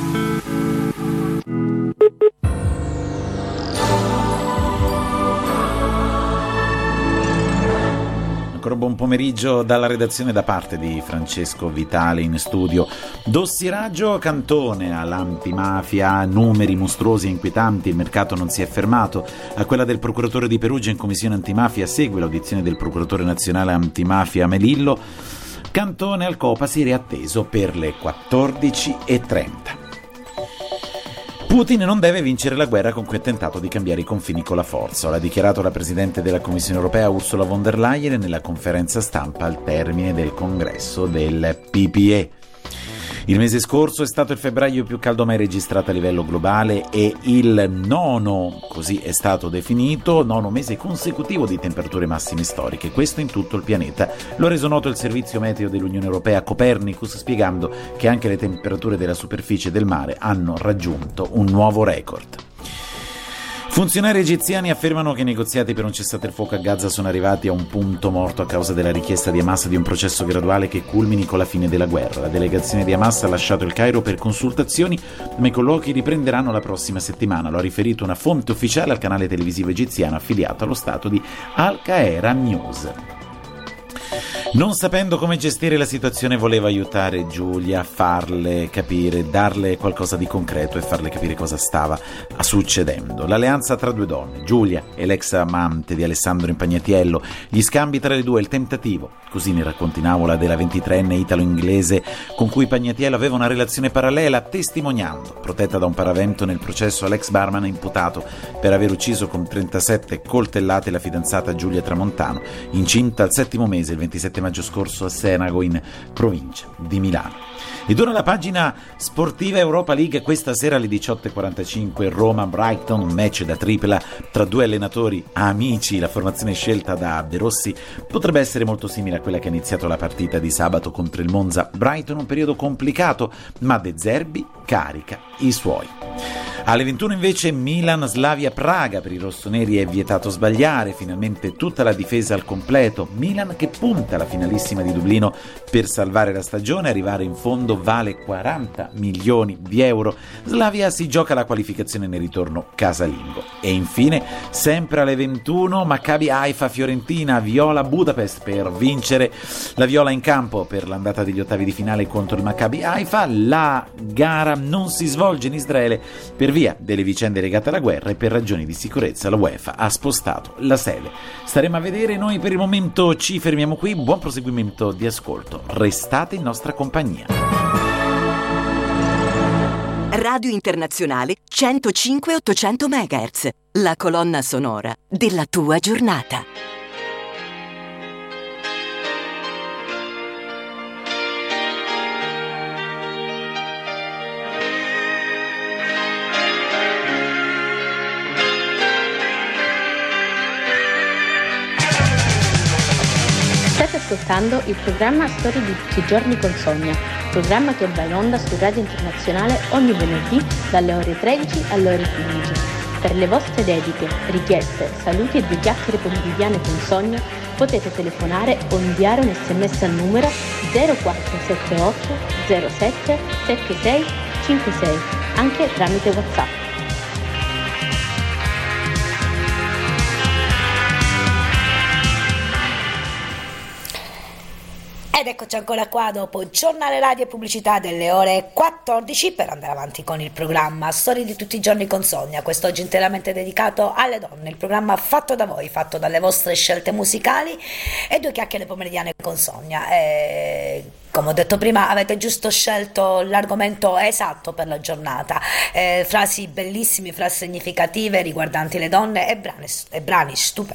Ancora buon pomeriggio dalla redazione da parte di Francesco Vitale in studio. Dossieraggio Cantone all'antimafia, numeri mostruosi e inquietanti, il mercato non si è fermato. A quella del procuratore di Perugia in commissione antimafia segue l'audizione del procuratore nazionale antimafia Melillo. Cantone al Copasir è atteso per le 14:30. Putin non deve vincere la guerra con cui ha tentato di cambiare i confini con la forza, l'ha dichiarato la Presidente della Commissione europea Ursula von der Leyen nella conferenza stampa al termine del congresso del PPE. Il mese scorso è stato il febbraio più caldo mai registrato a livello globale e il nono, così è stato definito, nono mese consecutivo di temperature massime storiche, questo in tutto il pianeta. Lo ha reso noto il servizio meteo dell'Unione Europea Copernicus, spiegando che anche le temperature della superficie del mare hanno raggiunto un nuovo record. Funzionari egiziani affermano che i negoziati per un cessate il fuoco a Gaza sono arrivati a un punto morto a causa della richiesta di Hamas di un processo graduale che culmini con la fine della guerra. La delegazione di Hamas ha lasciato il Cairo per consultazioni, ma i colloqui riprenderanno la prossima settimana. Lo ha riferito una fonte ufficiale al canale televisivo egiziano affiliato allo Stato di Al Qaera News. Non sapendo come gestire la situazione voleva aiutare Giulia a farle capire, darle qualcosa di concreto e farle capire cosa stava succedendo. L'alleanza tra 2 donne, Giulia e l'ex amante di Alessandro Impagnatiello, gli scambi tra le due, il tentativo, così ne racconta in aula, della 23enne italo-inglese con cui Impagnatiello aveva una relazione parallela, testimoniando, protetta da un paravento nel processo all'ex barman imputato per aver ucciso con 37 coltellate la fidanzata Giulia Tramontano, incinta al 7° mese il 27 maggio scorso a Senago in provincia di Milano. Ed ora la pagina sportiva Europa League, questa sera alle 18:45 Roma-Brighton, un match da tripla tra 2 allenatori amici. La formazione scelta da De Rossi potrebbe essere molto simile a quella che ha iniziato la partita di sabato contro il Monza. Brighton un periodo complicato, ma De Zerbi carica i suoi. Alle 21 invece Milan-Slavia Praga, per i rossoneri è vietato sbagliare, finalmente tutta la difesa al completo. Milan che punta alla finalissima di Dublino per salvare la stagione, arrivare in fondo vale 40 milioni di euro. Slavia si gioca la qualificazione nel ritorno casalingo. E infine, sempre alle 21, Maccabi Haifa-Fiorentina, Viola Budapest per vincere. La Viola in campo per l'andata degli ottavi di finale contro il Maccabi Haifa. La gara non si svolge in Israele per via delle vicende legate alla guerra e per ragioni di sicurezza la UEFA ha spostato la sede. Staremo a vedere, noi per il momento ci fermiamo qui, buon proseguimento di ascolto, restate in nostra compagnia. Radio Internazionale 105-800 MHz, la colonna sonora della tua giornata. State ascoltando il programma Storie di tutti i giorni con Sonia, programma che va in onda su Radio Internazionale ogni venerdì dalle ore 13 alle ore 15. Per le vostre dediche, richieste, saluti e due chiacchiere pomeridiane con Sonia potete telefonare o inviare un sms al numero 0478 07 76 56, anche tramite WhatsApp. Ed eccoci ancora qua dopo giornale radio e pubblicità delle ore 14 per andare avanti con il programma Storie di tutti i giorni con Sonia, quest'oggi interamente dedicato alle donne, il programma fatto da voi, fatto dalle vostre scelte musicali e due chiacchiere pomeridiane con Sonia. Come ho detto prima, avete giusto scelto l'argomento esatto per la giornata, frasi bellissime, frasi significative riguardanti le donne e brani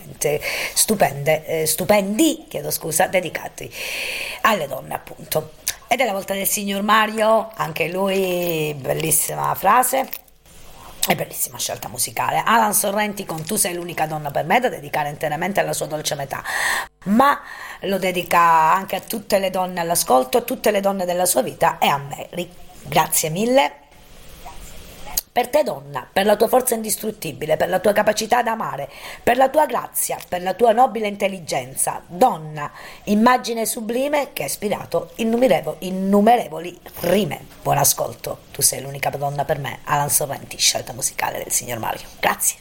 stupendi, dedicati alle donne appunto. Ed è la volta del signor Mario, anche lui bellissima frase e bellissima scelta musicale. Alan Sorrenti con Tu sei l'unica donna per me, da dedicare interamente alla sua dolce metà, ma lo dedica anche a tutte le donne all'ascolto, a tutte le donne della sua vita e a me. Grazie mille per te donna, per la tua forza indistruttibile, per la tua capacità d'amare, per la tua grazia, per la tua nobile intelligenza. Donna, immagine sublime che ha ispirato innumerevoli rime. Buon ascolto, Tu sei l'unica donna per me. Alan Sorrenti, scelta musicale del signor Mario. Grazie.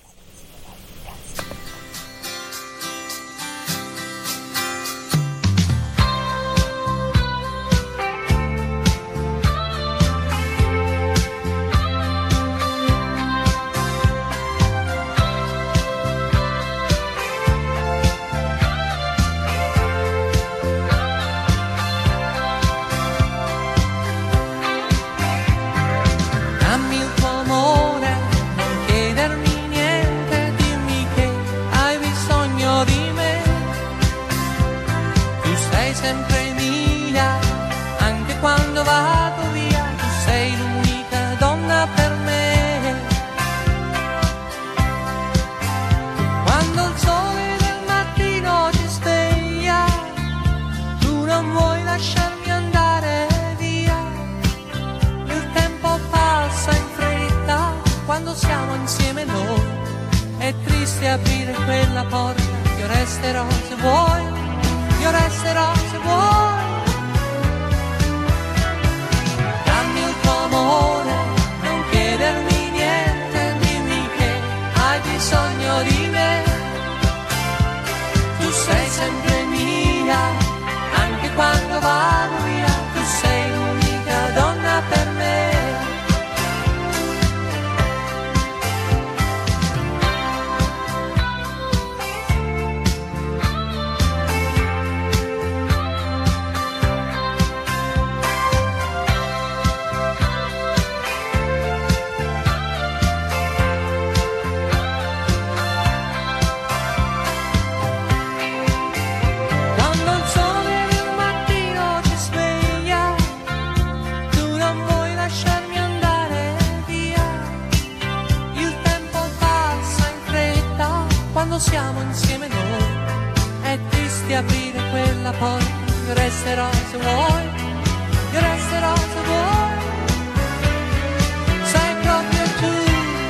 Aprire quella porta, io resterò se vuoi, io resterò se vuoi. Dammi il tuo amore, non chiedermi niente, dimmi che hai bisogno di me. Tu sei sempre mia, anche quando vado via, tu sei l'unica donna per me. Siamo insieme noi, è triste aprire quella porta, io resterò se vuoi, io resterò se vuoi, sei proprio tu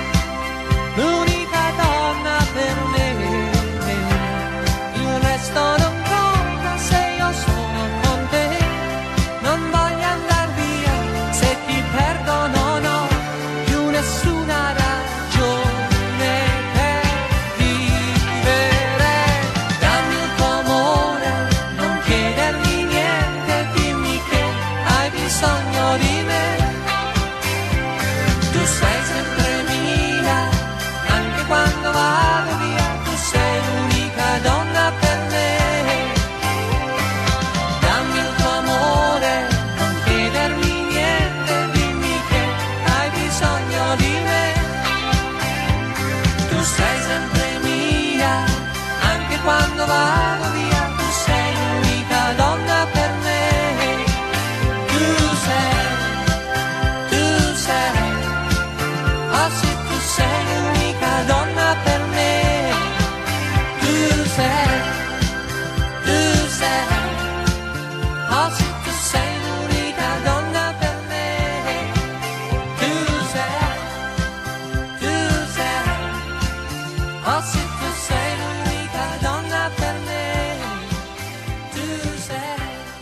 Oh, se tu sei l'unica donna per me, tu sei.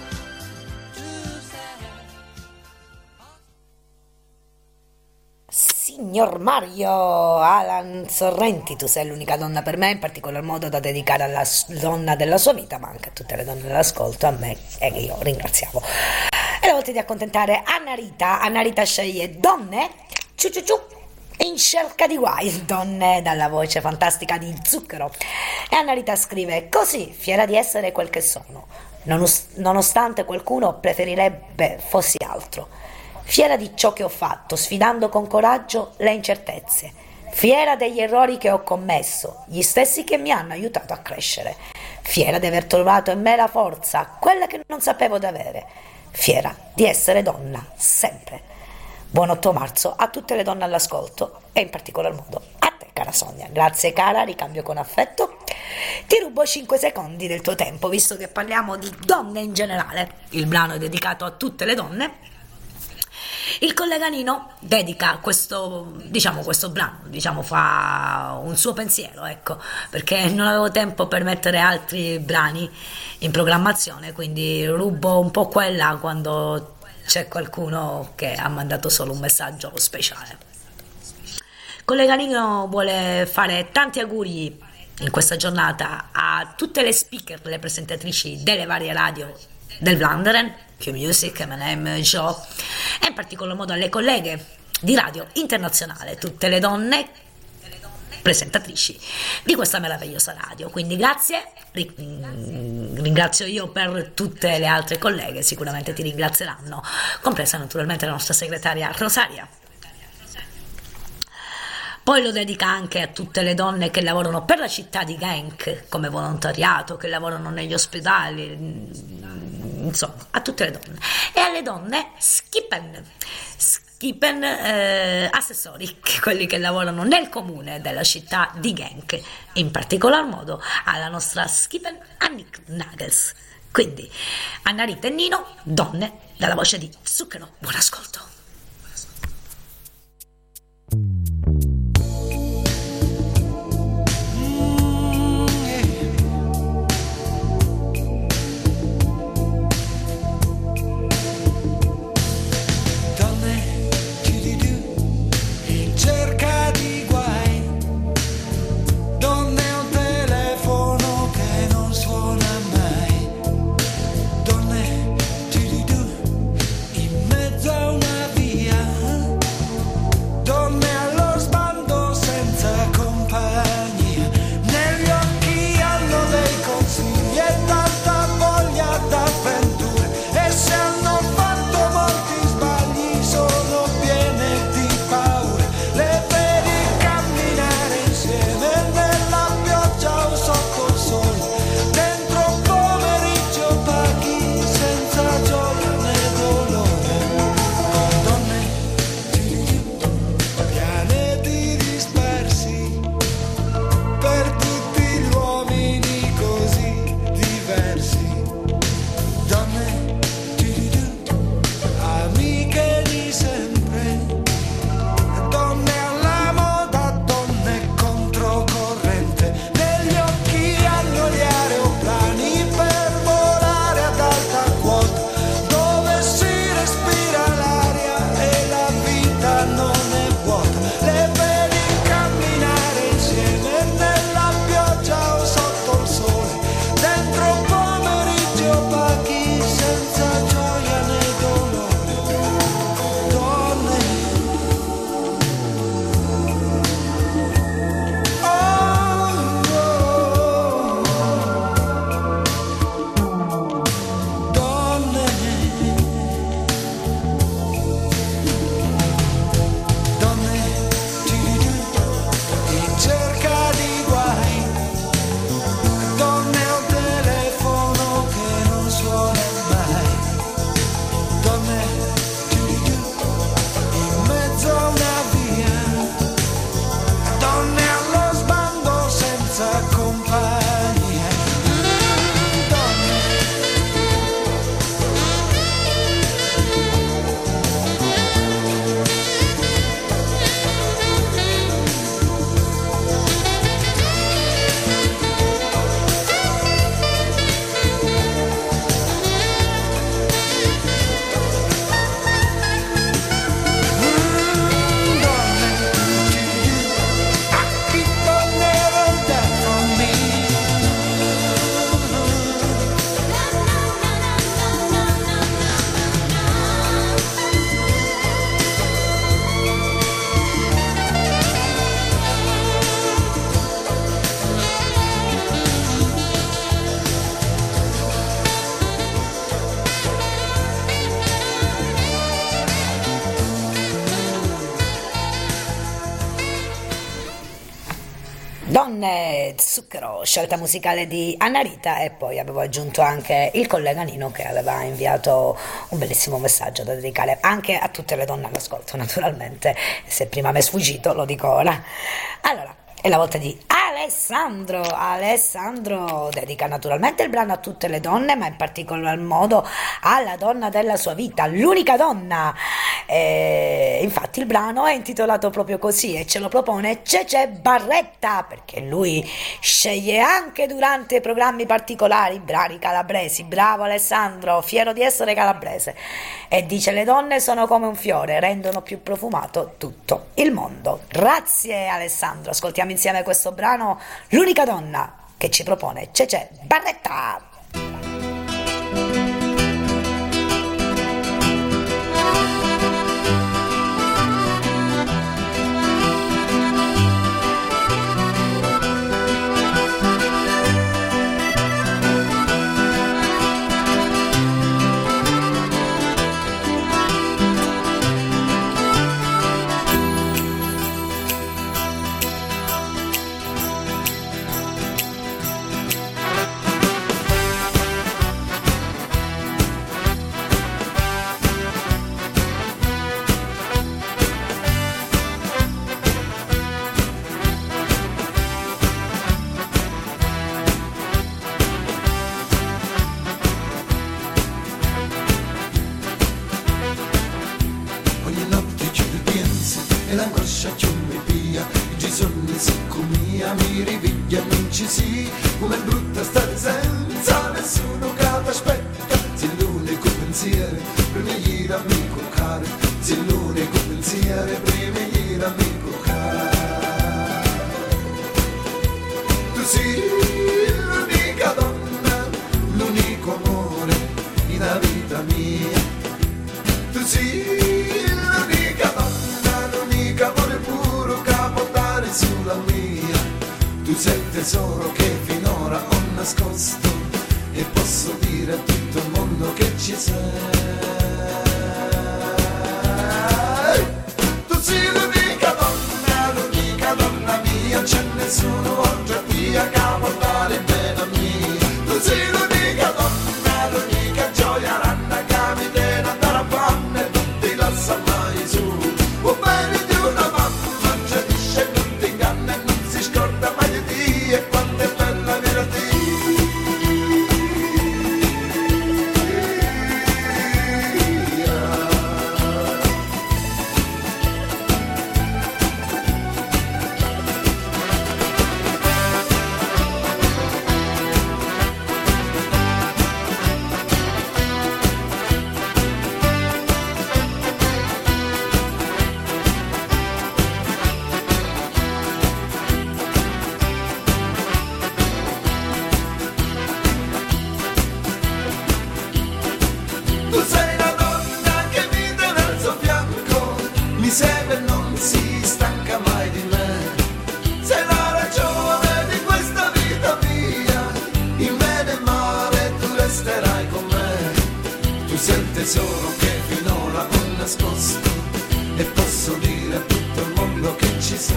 Signor Mario Alan Sorrenti, tu sei l'unica donna per me, in particolar modo da dedicare alla donna della sua vita, ma anche a tutte le donne dell'ascolto, a me, e che io ringraziavo. E la volta di accontentare Anna Rita. Anna Rita sceglie Donne, ciu ciu ciu, in cerca di guai, donne, dalla voce fantastica di Zucchero. E Anna Rita scrive: così, fiera di essere quel che sono, nonostante qualcuno preferirebbe fossi altro. Fiera di ciò che ho fatto, sfidando con coraggio le incertezze. Fiera degli errori che ho commesso, gli stessi che mi hanno aiutato a crescere. Fiera di aver trovato in me la forza, quella che non sapevo di avere. Fiera di essere donna, sempre. Buon 8 marzo a tutte le donne all'ascolto e in particolar modo a te, cara Sonia. Grazie cara, ricambio con affetto. Ti rubo 5 secondi del tuo tempo, visto che parliamo di donne in generale. Il brano è dedicato a tutte le donne. Il collega Nino dedica questo brano, fa un suo pensiero, ecco, perché non avevo tempo per mettere altri brani in programmazione, quindi rubo un po' quella quando c'è qualcuno che ha mandato solo un messaggio speciale. Il collega Nino vuole fare tanti auguri in questa giornata a tutte le speaker, le presentatrici delle varie radio del Vlaanderen, Q-Music, M&M, Joe, e in particolar modo alle colleghe di Radio Internazionale, tutte le donne presentatrici di questa meravigliosa radio. Quindi grazie, ringrazio io per tutte le altre colleghe, sicuramente ti ringrazieranno, compresa naturalmente la nostra segretaria Rosaria. Poi lo dedica anche a tutte le donne che lavorano per la città di Genk come volontariato, che lavorano negli ospedali, insomma, a tutte le donne. E alle donne Skippen assessori, quelli che lavorano nel comune della città di Genk, in particolar modo alla nostra Skippen Annick Nagels. Quindi Anna Rita e Nino, donne, dalla voce di Zucchero. Buon ascolto. Donne, in mezzo a una vita Zucchero, scelta musicale di Anna Rita, e poi avevo aggiunto anche il collega Nino che aveva inviato un bellissimo messaggio da dedicare anche a tutte le donne all'ascolto, naturalmente. Se prima mi è sfuggito lo dico ora. Allora, è la volta di Alessandro. Alessandro dedica naturalmente il brano a tutte le donne, ma in particolar modo alla donna della sua vita, l'unica donna. Infatti il brano è intitolato proprio così e ce lo propone Cece Barretta, perché lui sceglie anche durante i programmi particolari brani calabresi. Bravo Alessandro, fiero di essere calabrese. E dice: le donne sono come un fiore, rendono più profumato tutto il mondo. Grazie Alessandro, ascoltiamo insieme questo brano, l'unica donna, che ci propone Cece Barretta. E l'angoscia ci mi pia, i sogni siccomia, mi riviglia, non ci si, come è brutta stare senza nessuno che ti aspetta, sei l'unico pensiero, prima ieri amico caro, sei l'unico pensiero, prima ieri amico caro. Tu sei l'unica donna, l'unico amore, nella vita mia, tu sei l'unica donna, amore puro che può dare sulla mia. Tu sei il tesoro che finora ho nascosto e posso dire a tutto il mondo che ci sei. Tu sei l'unica donna mia, c'è nessuno oltre a te che può dare bene a mia. Tu sei l'unica donna, l'unica gioia ranna che mi tiene a andare a panna e non ti lascia mai su. Oh, bene, tesoro che finora ho nascosto e posso dire a tutto il mondo che ci sei.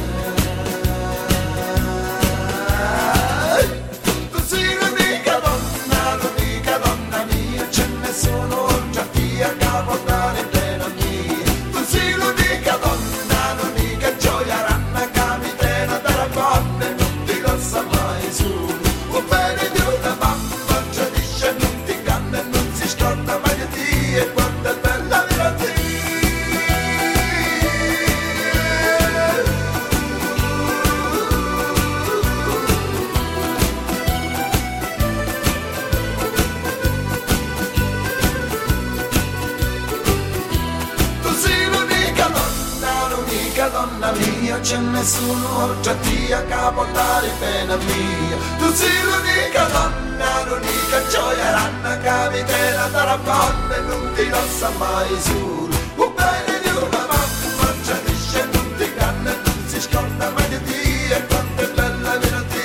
Tu sei l'unica donna mia, c'è nessuno oltre a te che può dare bene a mia. Tu sei l'unica donna, l'unica gioia ranna che mi tiene a dare a panna e non ti lascia mai su. Oh, bene di una mamma, tradisce, non ti inganna e non si scorda mai di te. E quanto è bella vita te. Tu sei l'unica donna mia, c'è nessuno oltre a te che può dare pena mia. Tu sei l'unica donna, l'unica gioia ranna che mi tiene a dare a panna e non ti lascia mai solo. Un bene di una mamma, tradisce, non ti inganna e non si scorda mai di te. E quanto è bella vita te.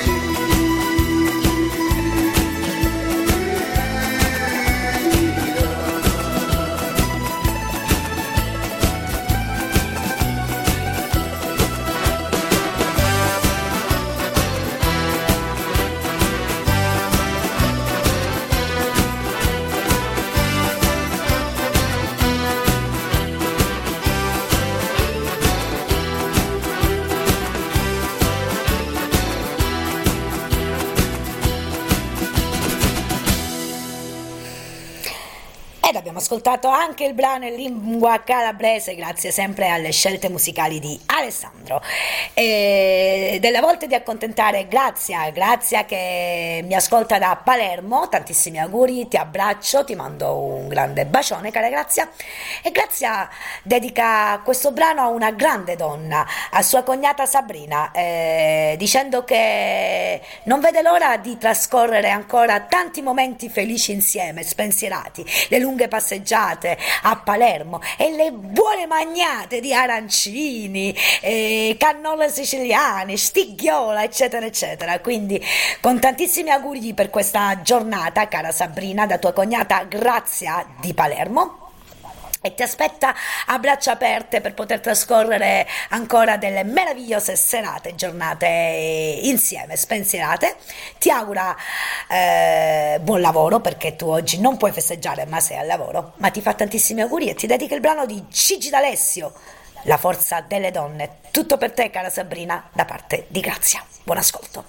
Ed abbiamo ascoltato anche il brano in lingua calabrese, grazie sempre alle scelte musicali di Alessandro. E delle volte di accontentare Grazia che mi ascolta da Palermo, tantissimi auguri, ti abbraccio, ti mando un grande bacione, cara Grazia. E Grazia dedica questo brano a una grande donna, a sua cognata Sabrina, dicendo che non vede l'ora di trascorrere ancora tanti momenti felici insieme, spensierati, le lunghe passeggiate a Palermo e le buone magnate di arancini, cannole siciliane, stighiola, eccetera eccetera. Quindi con tantissimi auguri per questa giornata, cara Sabrina, da tua cognata Grazia di Palermo, e ti aspetta a braccia aperte per poter trascorrere ancora delle meravigliose serate, giornate insieme, spensierate. Ti augura buon lavoro, perché tu oggi non puoi festeggiare ma sei al lavoro, ma ti fa tantissimi auguri e ti dedica il brano di Gigi D'Alessio, La forza delle donne. Tutto per te, cara Sabrina, da parte di Grazia. Buon ascolto.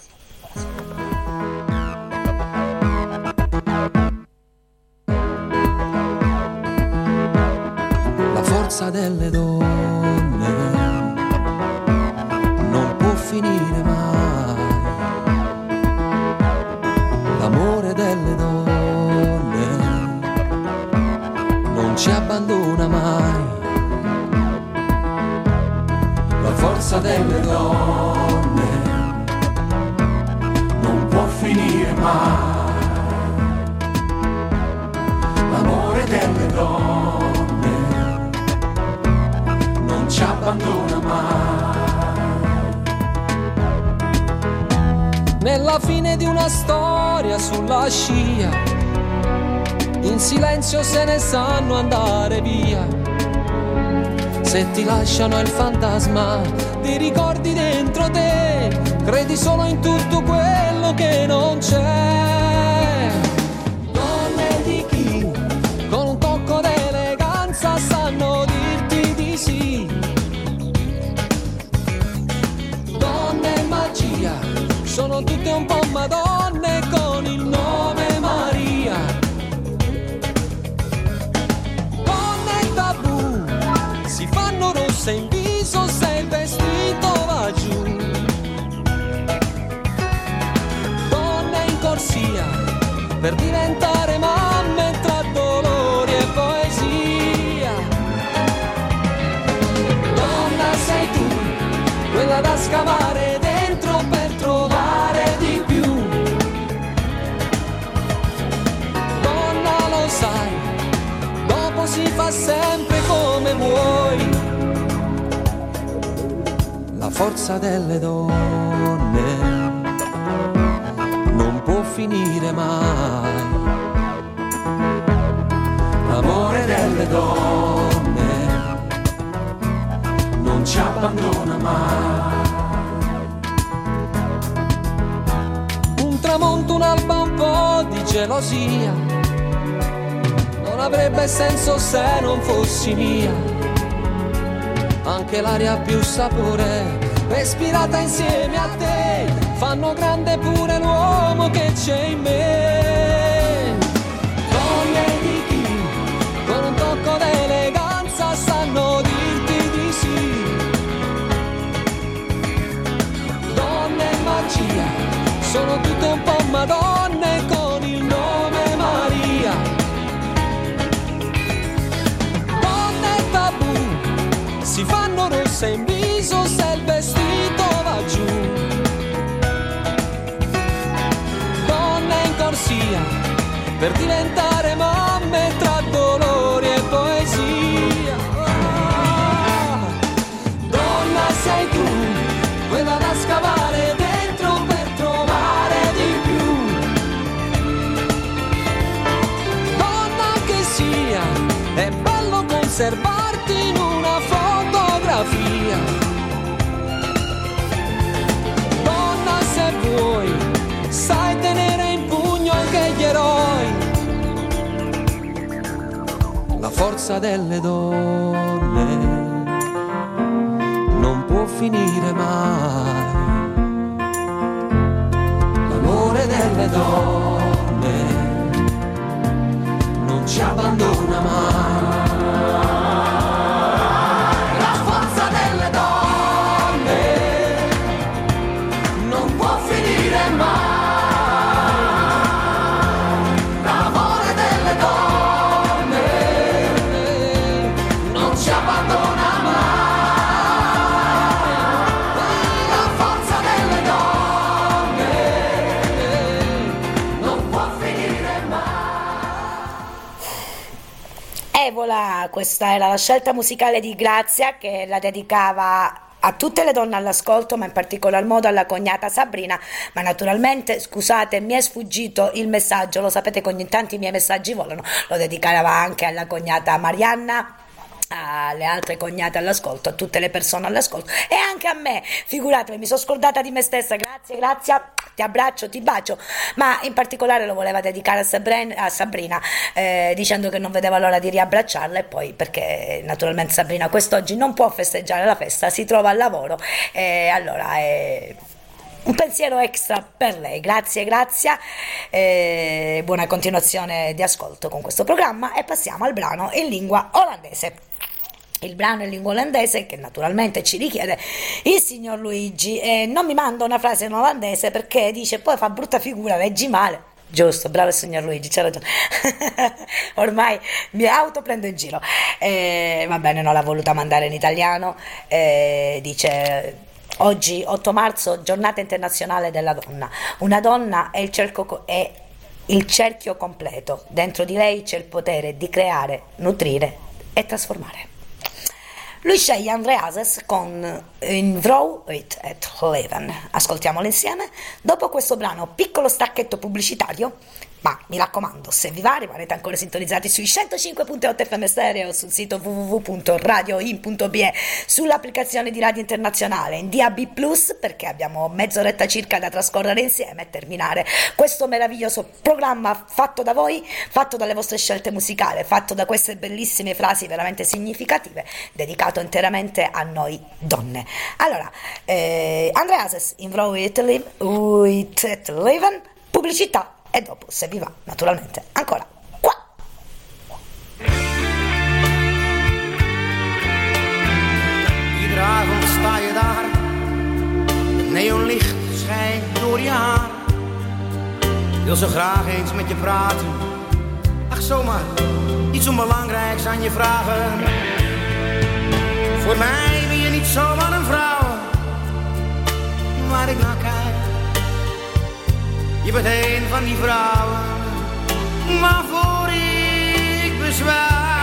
La forza delle donne non può finire mai, l'amore delle donne non ci abbandona mai, la forza delle donne non può finire mai, l'amore delle donne ci abbandona mai. Nella fine di una storia sulla scia, in silenzio se ne sanno andare via. Se ti lasciano il fantasma dei ricordi dentro te, credi solo in tutto quello che non c'è. Donne di chi, con un tocco d'eleganza sanno dirti di sì. Sono tutte un po' madonne con il nome Maria. Donne tabù si fanno rosse in viso se il vestito va giù. Donne in corsia per diventare mamme tra dolori e poesia. Donna sei tu, quella da scavare dentro per trovare di più. Donna lo sai, dopo si fa sempre come vuoi. La forza delle donne non può finire mai, l'amore delle donne non ci abbandona mai. Tramonto, un'alba, un po' di gelosia, non avrebbe senso se non fossi mia. Anche l'aria più sapore, respirata insieme a te, fanno grande pure l'uomo che c'è in me. Donne di chi, con un tocco d'eleganza sanno dirti di sì. Donne magia, sono tutte un po' madonne con il nome Maria. Donne tabù si fanno rosse in viso se il vestito va giù. Donne in corsia per diventare mamme tra dolori e poesia. Donna sei tu, quella da scavare dentro per trovare di più. Donna che sia, è bello conservarti in una fotografia. Donna se vuoi, sai tenere in pugno anche gli eroi. La forza delle donne non può finire mai, l'amore delle donne non ci abbandona E voilà, questa era la scelta musicale di Grazia, che la dedicava a tutte le donne all'ascolto, ma in particolar modo alla cognata Sabrina. Ma naturalmente, scusate, mi è sfuggito il messaggio, lo sapete che ogni tanto i miei messaggi volano. Lo dedicava anche alla cognata Marianna, alle altre cognate all'ascolto, a tutte le persone all'ascolto e anche a me. Figuratevi, mi sono scordata di me stessa. Grazie Grazia, ti abbraccio, ti bacio. Ma in particolare lo voleva dedicare a Sabrina, dicendo che non vedeva l'ora di riabbracciarla, e poi perché naturalmente Sabrina quest'oggi non può festeggiare la festa, si trova al lavoro, allora un pensiero extra per lei. Grazie Grazia, buona continuazione di ascolto con questo programma, e passiamo al brano in lingua olandese. Il brano in lingua olandese che naturalmente ci richiede il signor Luigi, e non mi manda una frase in olandese perché dice poi fa brutta figura, leggi male. Giusto, bravo il signor Luigi, c'ha ragione. Ormai mi autoprendo in giro. Va bene, non l'ha voluta mandare in italiano. Dice: oggi 8 marzo, giornata internazionale della donna. Una donna è il cerchio completo. Dentro di lei c'è il potere di creare, nutrire e trasformare. Lui sceglie André Hazes con In Vrouw uit het Leven. Ascoltiamolo insieme. Dopo questo brano, piccolo stacchetto pubblicitario, ma mi raccomando, se vi va, rimanete ancora sintonizzati sui 105.8 FM stereo, sul sito www.radioin.be, sull'applicazione di Radio Internazionale, in DAB+, perché abbiamo mezz'oretta circa da trascorrere insieme e terminare questo meraviglioso programma fatto da voi, fatto dalle vostre scelte musicali, fatto da queste bellissime frasi veramente significative, dedicato interamente a noi donne. Allora, André Hazes, In Vrouw uit het Leven, pubblicità. E dopo, se vi va, naturalmente, ancora qua. Iedere avond sta je daar, het neonlicht schijnt door je haar. Ik wil zo graag eens met je praten, ach zomaar, iets onbelangrijks aan je vragen. Voor mij ben je niet zomaar een vrouw, waar ik naar kijk. Je bent een van die vrouwen waarvoor ik bezwijk.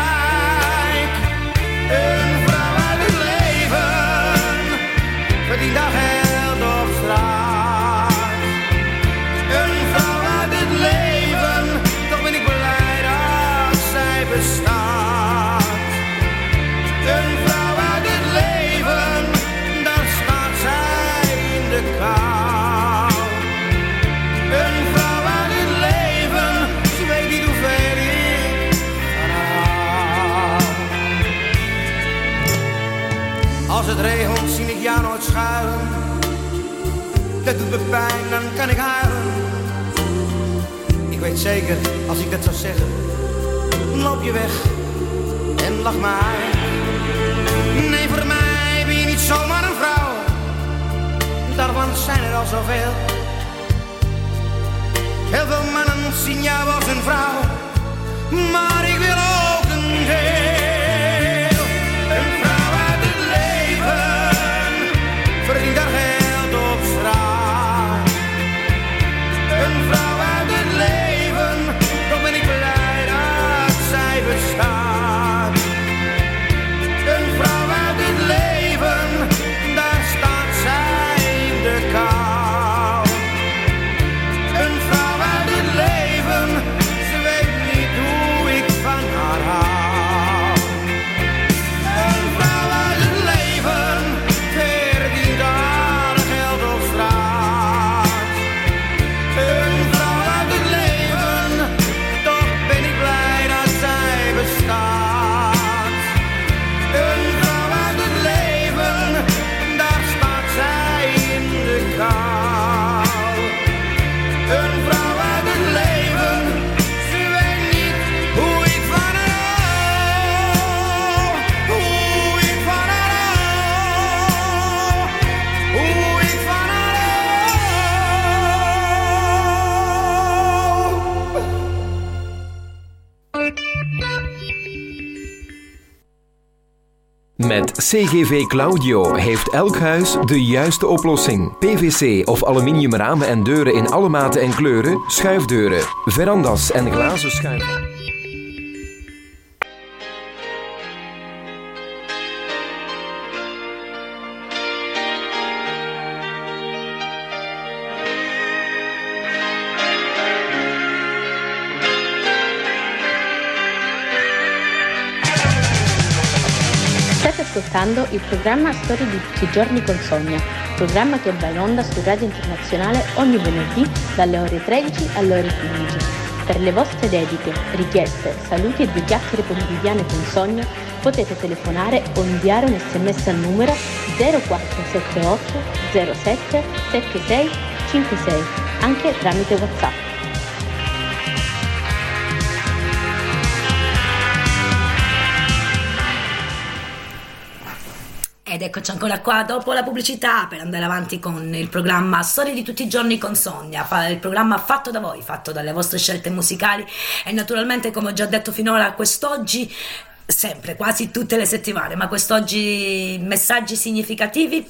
Een vrouw uit het leven verdient daar geld op straat. Een vrouw uit het leven, toch ben ik blij dat zij bestaat. Een vrouw uit het leven, daar staat zij in de kou. Een vrouw uit het leven, ze weet niet hoeveel ik van haar. Als het regent zie ik jou nooit schuilen. Dat doet me pijn, dan kan ik huilen. Ik weet zeker, als ik dat zou zeggen, loop je weg en lach mij uit. Nee, voor mij ben je niet zomaar een vrouw. Daarvan zijn er al zoveel. Heel veel mannen zien jou als een vrouw, maar ik wil ook een deel. Een vrouw uit het leven, verdient daar geld op straat. Een vrouw uit het leven, toch ben ik blij dat zij bestaat. Een vrouw uit het leven, daar staat zij in de kou. Met CGV Claudio heeft elk huis de juiste oplossing. PVC of aluminium ramen en deuren in alle maten en kleuren, schuifdeuren, verandas en glazen schuiven. ascoltando il programma Storie di tutti i giorni con Sonia, programma che va in onda su Radio Internazionale ogni venerdì dalle ore 13 alle ore 15. Per le vostre dediche, richieste, saluti e due chiacchiere pomeridiane con Sonia potete telefonare o inviare un sms al numero 0478 07 76 56, anche tramite WhatsApp. Ed eccoci ancora qua dopo la pubblicità per andare avanti con il programma Storie di tutti i giorni con Sonia, il programma fatto da voi, fatto dalle vostre scelte musicali e naturalmente, come ho già detto finora, quest'oggi, sempre, quasi tutte le settimane, ma quest'oggi messaggi significativi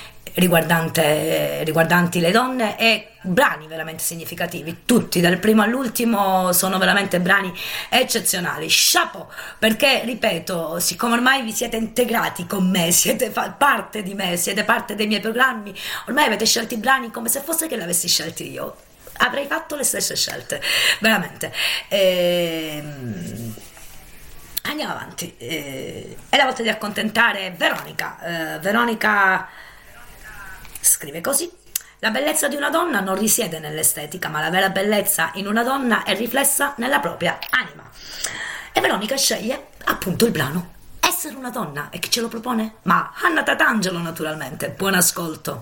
riguardanti le donne e brani veramente significativi, tutti dal primo all'ultimo sono veramente brani eccezionali. Chapeau, perché ripeto, siccome ormai vi siete integrati con me, siete parte di me, siete parte dei miei programmi, ormai avete scelto i brani come se fosse che li avessi scelti io, avrei fatto le stesse scelte, veramente. Andiamo avanti, è la volta di accontentare Veronica. Veronica scrive così: la bellezza di una donna non risiede nell'estetica, ma la vera bellezza in una donna è riflessa nella propria anima. E Veronica sceglie appunto il brano Essere una donna. E chi ce lo propone? Ma Anna Tatangelo, naturalmente. Buon ascolto.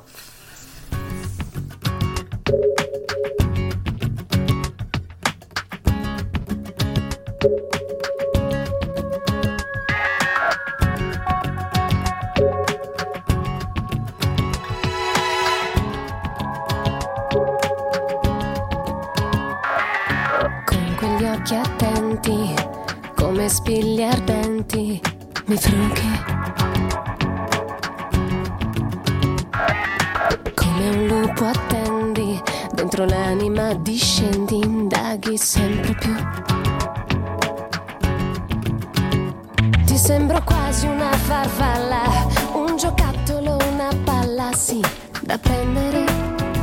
Occhi attenti, come spigli ardenti, mi frughi. Come un lupo attendi, dentro l'anima discendi, indaghi sempre più. Ti sembro quasi una farfalla, un giocattolo, una palla, sì, da prendere.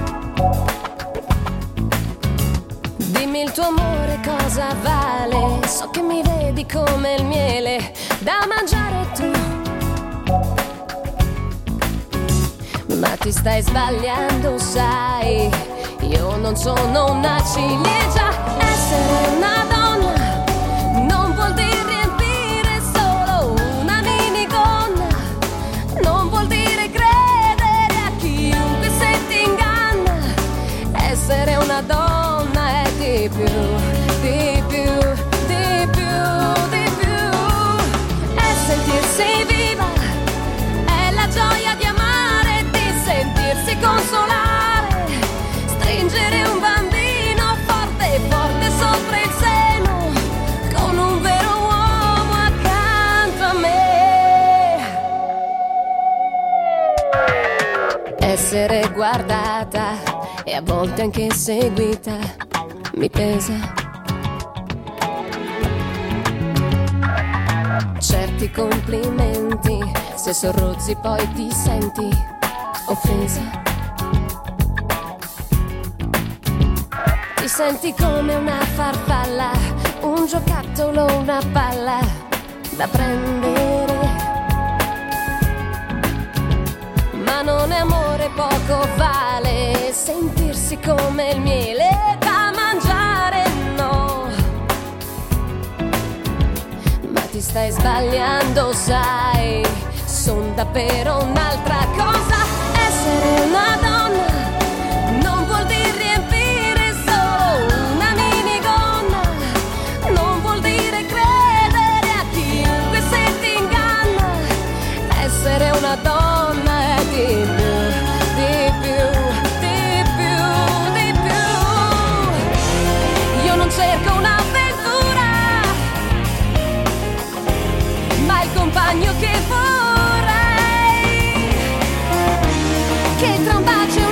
Dimmi il tuo amore cosa vale, so che mi vedi come il miele da mangiare tu, ma ti stai sbagliando, sai, io non sono una ciliegia. Essere una donna non vuol dire riempire solo una minigonna, non vuol dire credere a chiunque se ti inganna. Essere una donna di più, di più, di più, di più. È sentirsi viva, è la gioia di amare, di sentirsi consolare, stringere un bambino forte, forte sopra il seno, con un vero uomo accanto a me. Essere guardata e a volte anche seguita mi pesa. Certi complimenti, se sorrozzi poi ti senti offesa. Ti senti come una farfalla, un giocattolo, una palla da prendere. Ma non è amore, poco vale sentirsi come il miele da mangiare, no. Ma ti stai sbagliando, sai, son davvero un'altra cosa. Essere una donna non vuol dire riempire solo una minigonna, non vuol dire credere a chiunque se ti inganna. Essere una donna è di più, di più, di più, di più. Io non cerco un'avventura, ma il compagno che vorrei, che tra un bacio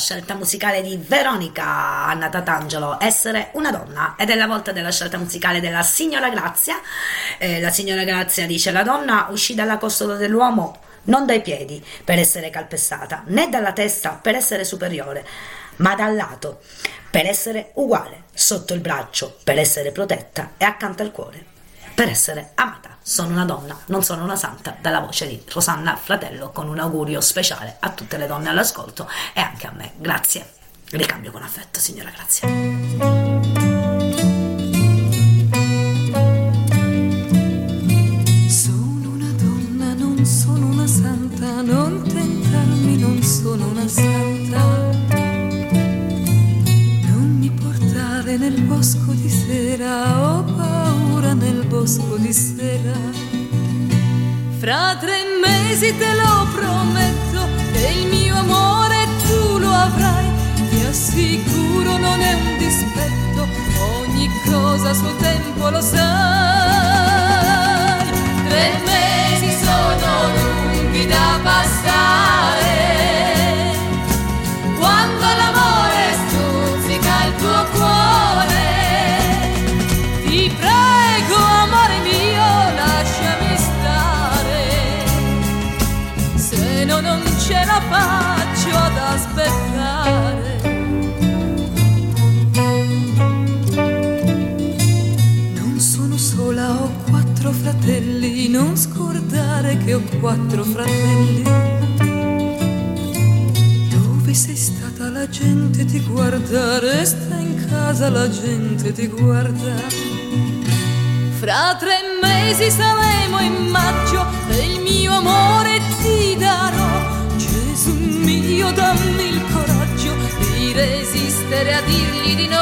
scelta musicale di Veronica Anna Tatangelo, Essere una donna, ed è la volta della scelta musicale della signora Grazia. La signora Grazia dice: la donna uscì dalla costola dell'uomo non dai piedi per essere calpestata, né dalla testa per essere superiore, ma dal lato per essere uguale, sotto il braccio per essere protetta e accanto al cuore per essere amata. Sono una donna, non sono una santa, dalla voce di Rosanna Fratello, con un augurio speciale a tutte le donne all'ascolto e anche a me. Grazie, ricambio con affetto, signora Grazia. Sono una donna, non sono una santa, non tentarmi, non sono una santa. Non mi portare nel bosco di sera, ho paura nel bosco di sera. Fra 3 mesi te lo prometto, che il mio amore tu lo avrai. Ti assicuro non è un dispetto, ogni cosa a suo tempo lo sai. 3 mesi sono lunghi da passare, quando l'amore stuzzica il tuo cuore. Ti prego, amore mio, lasciami stare, se no non ce la faccio ad aspettare. Non sono sola, ho 4 fratelli, non scordare che ho 4 fratelli. Dove sei stata la gente ti guarda, resta in casa la gente ti guarda. Fra 3 mesi saremo in maggio e il mio amore ti darò. Gesù mio, dammi il coraggio di resistere a dirgli di no.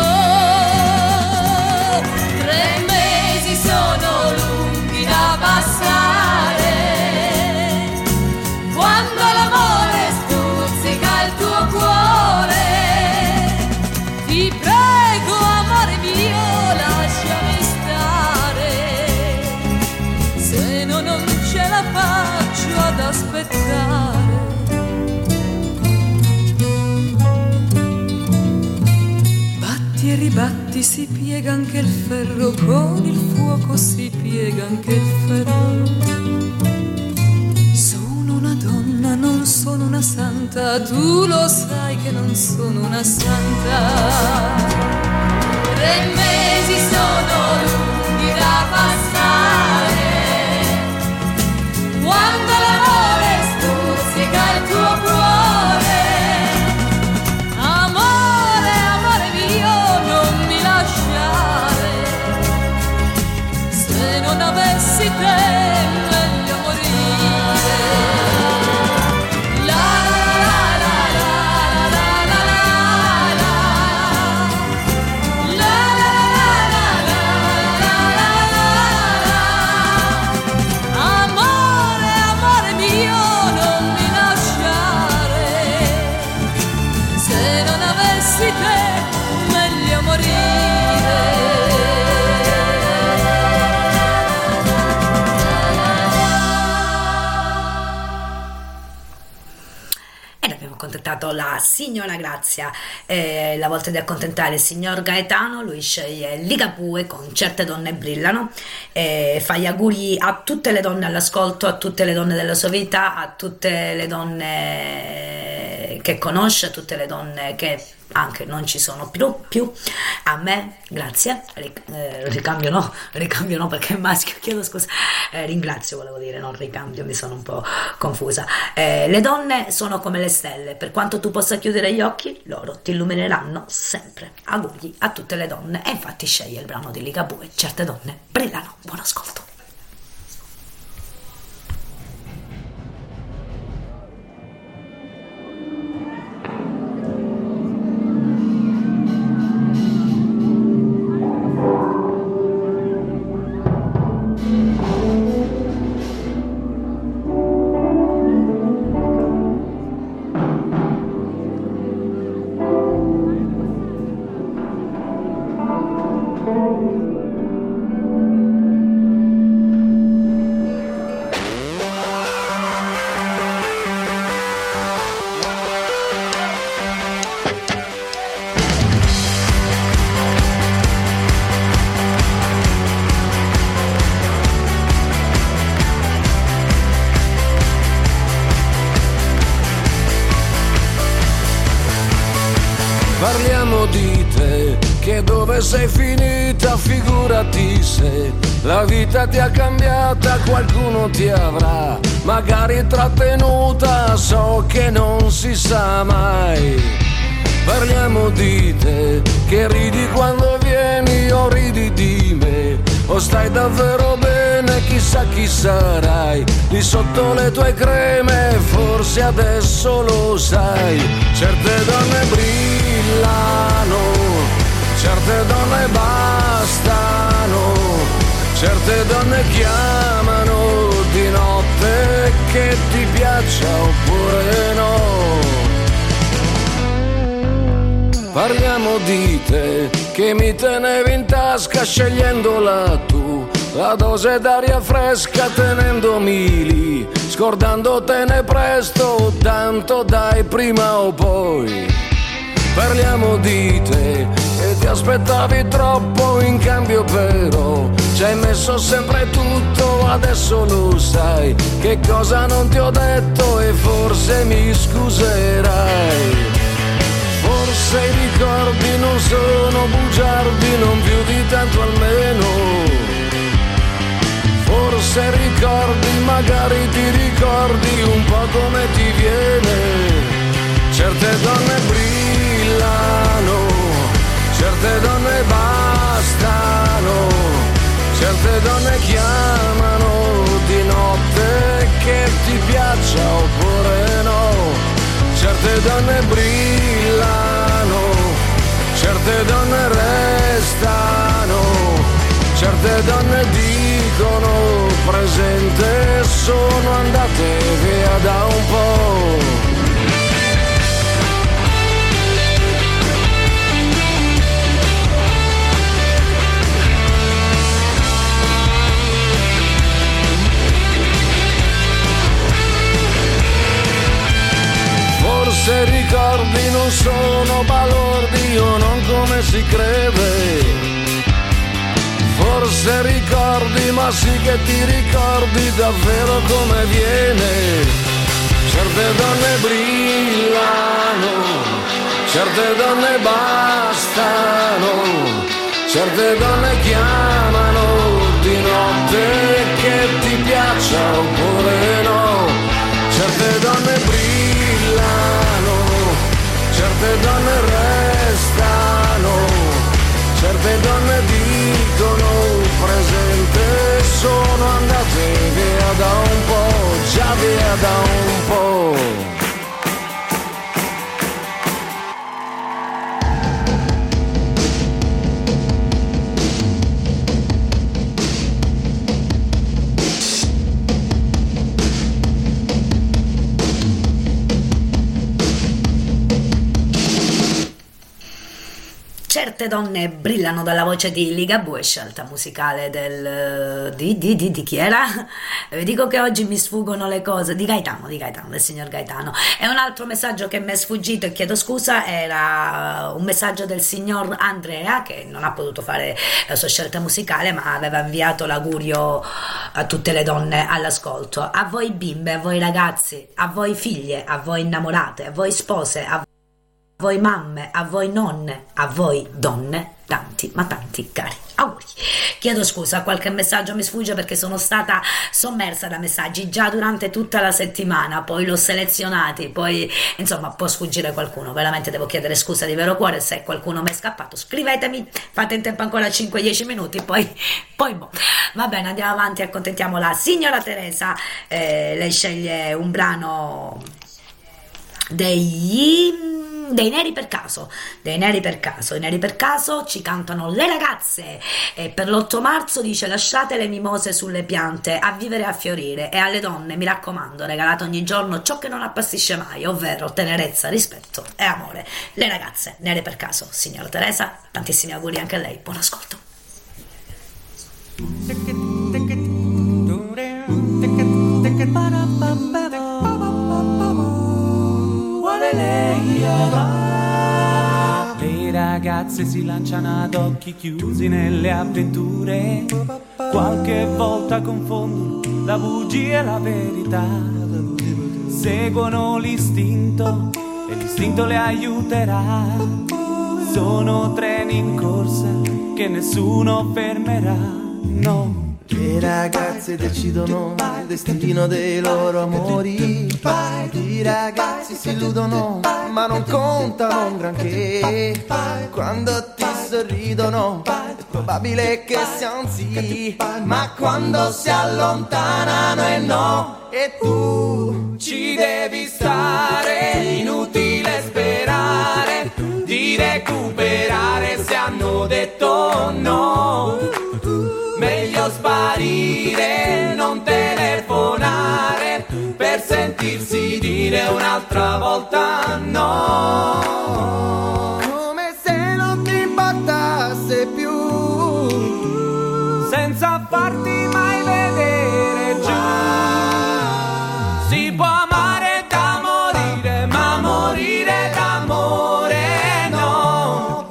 3 mesi sono lunghi da passare, quando l'amore stuzzica il tuo cuore. Ti prego, amore mio, lasciami stare, se no non ce la faccio ad aspettare. Batti e ribatti, si piega anche il ferro, con il fuoco si piega anche il ferro. Sono una donna, non sono una santa, tu lo sai che non sono una santa. 3 mesi sono lunghi da passare, quando l'amore stuzzica il tuo cuore. Amore, amore mio, non mi lasciare, se non avessi te meglio morire. La la la la la la la la la. Amore, amore mio, non mi lasciare, se non avessi te meglio morire. Ed abbiamo accontentato la signora Grazia. La volta di accontentare il signor Gaetano, lui sceglie Ligabue con Certe donne brillano. Fa gli auguri a tutte le donne all'ascolto, a tutte le donne della sua vita, a tutte le donne che conosce, a tutte le donne che anche non ci sono più. A me, grazie, ricambio no perché è maschio, chiedo scusa, ringrazio volevo dire, non ricambio, mi sono un po' confusa. Le donne sono come le stelle, per quanto tu possa chiudere gli occhi, loro ti illumineranno sempre. Auguri a tutte le donne, e infatti sceglie il brano di Ligabue, Certe donne brillano. Buon ascolto. Parliamo di te, che dove sei finita, figurati se la vita ti ha cambiata, qualcuno ti avrà magari trattenuta, so che non si sa mai. Parliamo di te, che ridi quando vieni o ridi di me, o stai davvero bene, chissà chi sarai, lì sotto le tue creme, forse adesso lo sai. Certe donne brillano, certe donne bastano, certe donne chiamano di notte, che ti piaccia oppure no. Parliamo di te, che mi tenevi in tasca scegliendola tu, la dose d'aria fresca tenendomi lì, scordandotene presto, tanto dai prima o poi. Parliamo di te, e ti aspettavi troppo, in cambio però ci hai messo sempre tutto, adesso lo sai, che cosa non ti ho detto e forse mi scuserai. Forse i ricordi non sono bugiardi, non più di tanto almeno. Forse ricordi, magari ti ricordi un po' come ti viene. Certe donne brillano, certe donne bastano, certe donne chiamano di notte, che ti piaccia oppure no. Certe donne brillano, certe donne restano, certe donne dicono presente, sono andate via da un po'. Forse ricordi non sono balordi o non come si crede. Forse ricordi, ma sì che ti ricordi davvero come viene. Certe donne brillano, certe donne bastano, certe donne chiamano di notte, che ti piaccia oppure no. Certe donne brillano, certe donne restano, certe donne dicono presente, sono andate via da un po', già via da un po'. Certe donne brillano, dalla voce di Ligabue, scelta musicale di chi era? Vi dico che oggi mi sfuggono le cose, di Gaetano, del signor Gaetano. E un altro messaggio che mi è sfuggito e chiedo scusa era un messaggio del signor Andrea, che non ha potuto fare la sua scelta musicale, ma aveva inviato l'augurio a tutte le donne all'ascolto. A voi bimbe, a voi ragazzi, a voi figlie, a voi innamorate, a voi spose, a voi mamme, a voi nonne, a voi donne, tanti, ma tanti cari auguri. Chiedo scusa, qualche messaggio mi sfugge perché sono stata sommersa da messaggi già durante tutta la settimana, poi l'ho selezionati, poi insomma può sfuggire qualcuno, veramente devo chiedere scusa di vero cuore se qualcuno mi è scappato, scrivetemi, fate in tempo ancora 5-10 minuti, poi boh. Va bene, andiamo avanti, accontentiamo la signora Teresa, lei sceglie un brano dei Neri per caso. I Neri per caso ci cantano Le ragazze, e per l'8 marzo dice: lasciate le mimose sulle piante a vivere e a fiorire, e alle donne mi raccomando regalate ogni giorno ciò che non appassisce mai, ovvero tenerezza, rispetto e amore. Le ragazze, Neri per caso, signora Teresa, tantissimi auguri anche a lei, buon ascolto. Le ragazze si lanciano ad occhi chiusi nelle avventure, qualche volta confondono la bugia e la verità, seguono l'istinto e l'istinto le aiuterà. sono treni in corsa che nessuno fermerà, no. Le ragazze decidono il destino dei loro amori. I ragazzi si illudono ma non contano un granché. Quando ti sorridono è probabile che sia un sì, ma quando si allontanano è no. E tu Ci devi stare, inutile sperare di recuperare se hanno detto no. Meglio sparire, non telefonare per sentirsi dire un'altra volta no. Come se non ti importasse più, senza farti mai vedere giù. Si può amare da morire, ma morire d'amore no.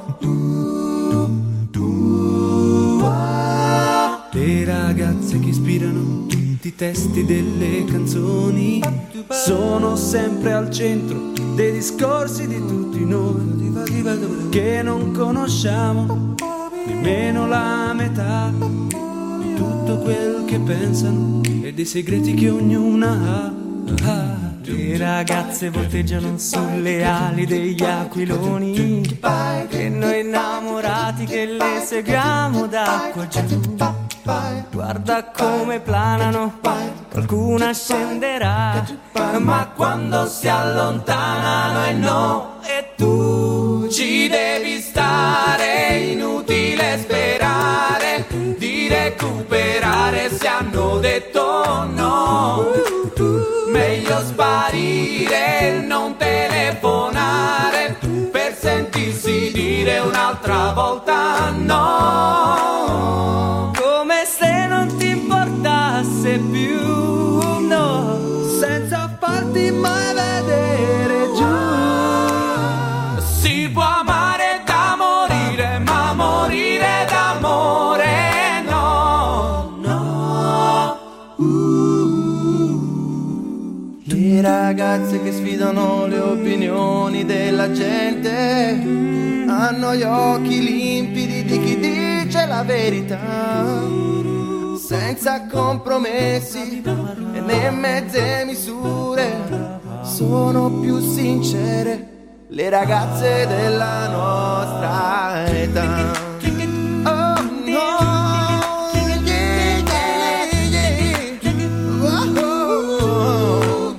Le ragazze che ispirano tutti i testi delle canzoni sono sempre al centro dei discorsi di tutti noi, che non conosciamo nemmeno la metà di tutto quel che pensano e dei segreti che ognuna ha. Le ragazze volteggiano sulle ali degli aquiloni e noi innamorati che le seguiamo da qua giù. Guarda come planano, qualcuna scenderà, ma quando si allontanano è no. E tu ci devi stare, inutile sperare di recuperare se hanno detto no. Meglio sparire, non telefonare per sentirsi dire un'altra volta no. Come se non ti importasse più, no. Senza farti mai vedere giù. Si può amare da morire, ma morire d'amore no, no. le ragazze che sfidano le opinioni della gente hanno gli occhi limpidi di chi dice la verità, senza compromessi e né mezze misure. Sono più sincere le ragazze della nostra età. Oh no, yeah, yeah, yeah. Oh,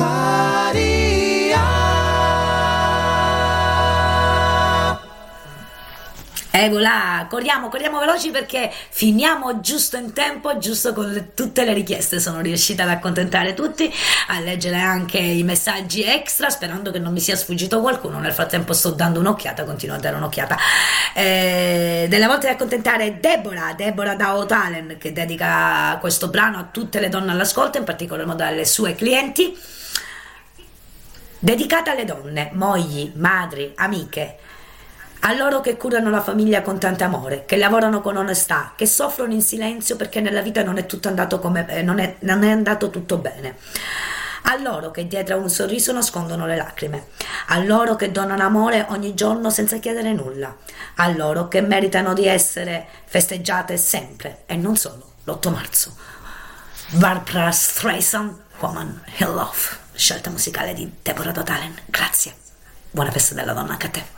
Voilà, corriamo veloci perché finiamo giusto in tempo, giusto con tutte le richieste. Sono riuscita ad accontentare tutti, a leggere anche i messaggi extra, sperando che non mi sia sfuggito qualcuno. Nel frattempo sto dando un'occhiata, continuo a dare un'occhiata. Della volta di accontentare Deborah da Otalen, che dedica questo brano a tutte le donne all'ascolto, in particolar modo alle sue clienti. Dedicata alle donne, mogli, madri, amiche, a loro che curano la famiglia con tanto amore, che lavorano con onestà, che soffrono in silenzio perché nella vita non è tutto andato non è andato tutto bene. A loro che dietro a un sorriso nascondono le lacrime, a loro che donano amore ogni giorno senza chiedere nulla, a loro che meritano di essere festeggiate sempre e non solo l'8 marzo. Barbra Streisand, Woman in Love, scelta musicale di Deborah Otalen. Grazie, buona festa della donna anche a te.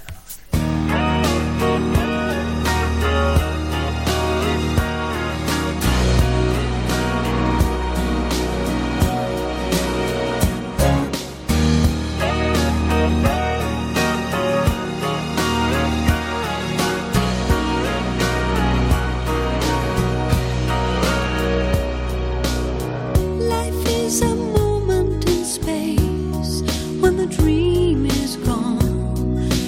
Is a moment in space when the dream is gone.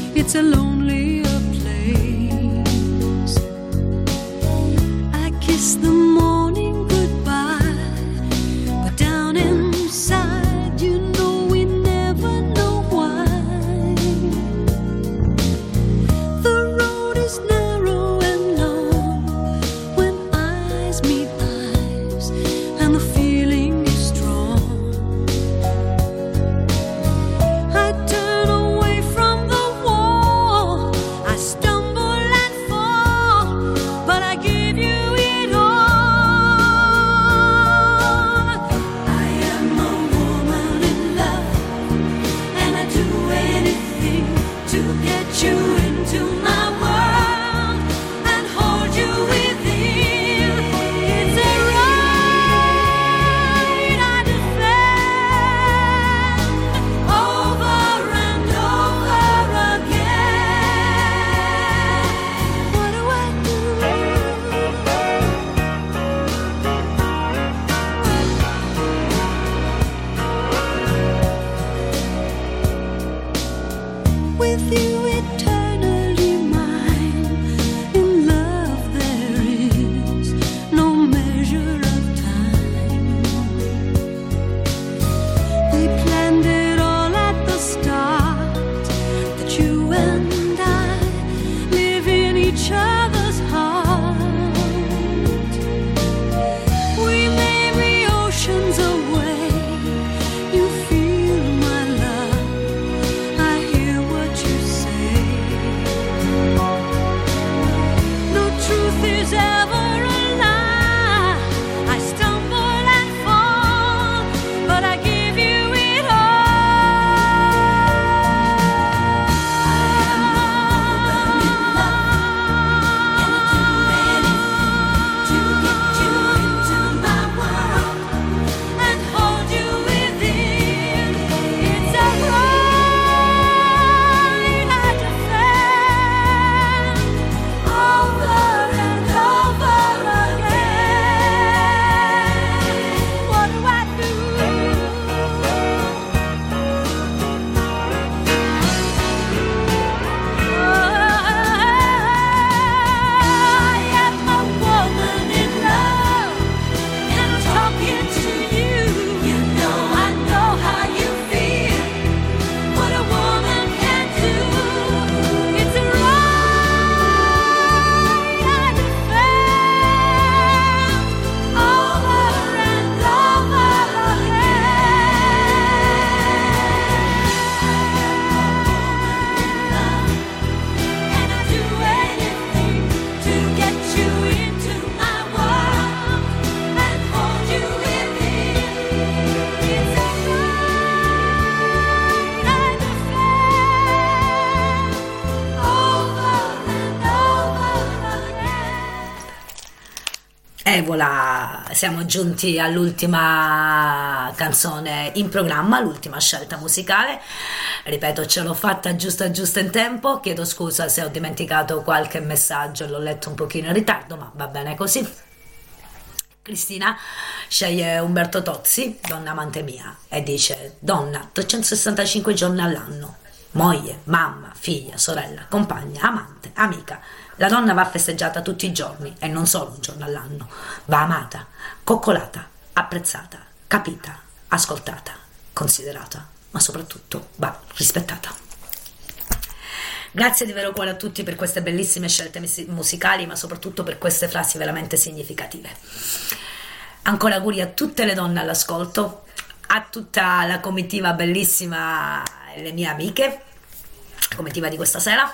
E voilà, siamo giunti all'ultima canzone in programma, l'ultima scelta musicale. Ripeto, ce l'ho fatta giusta in tempo. Chiedo scusa se ho dimenticato qualche messaggio e l'ho letto un pochino in ritardo, ma va bene così. Cristina sceglie Umberto Tozzi, Donna amante mia, e dice: donna, 365 giorni all'anno, moglie, mamma, figlia, sorella, compagna, amante, amica. La donna va festeggiata tutti i giorni e non solo un giorno all'anno. Va amata, coccolata, apprezzata, capita, ascoltata, considerata, ma soprattutto va rispettata. Grazie di vero cuore a tutti per queste bellissime scelte musicali, ma soprattutto per queste frasi veramente significative. Ancora auguri a tutte le donne all'ascolto, a tutta la comitiva bellissima e le mie amiche, comitiva di questa sera.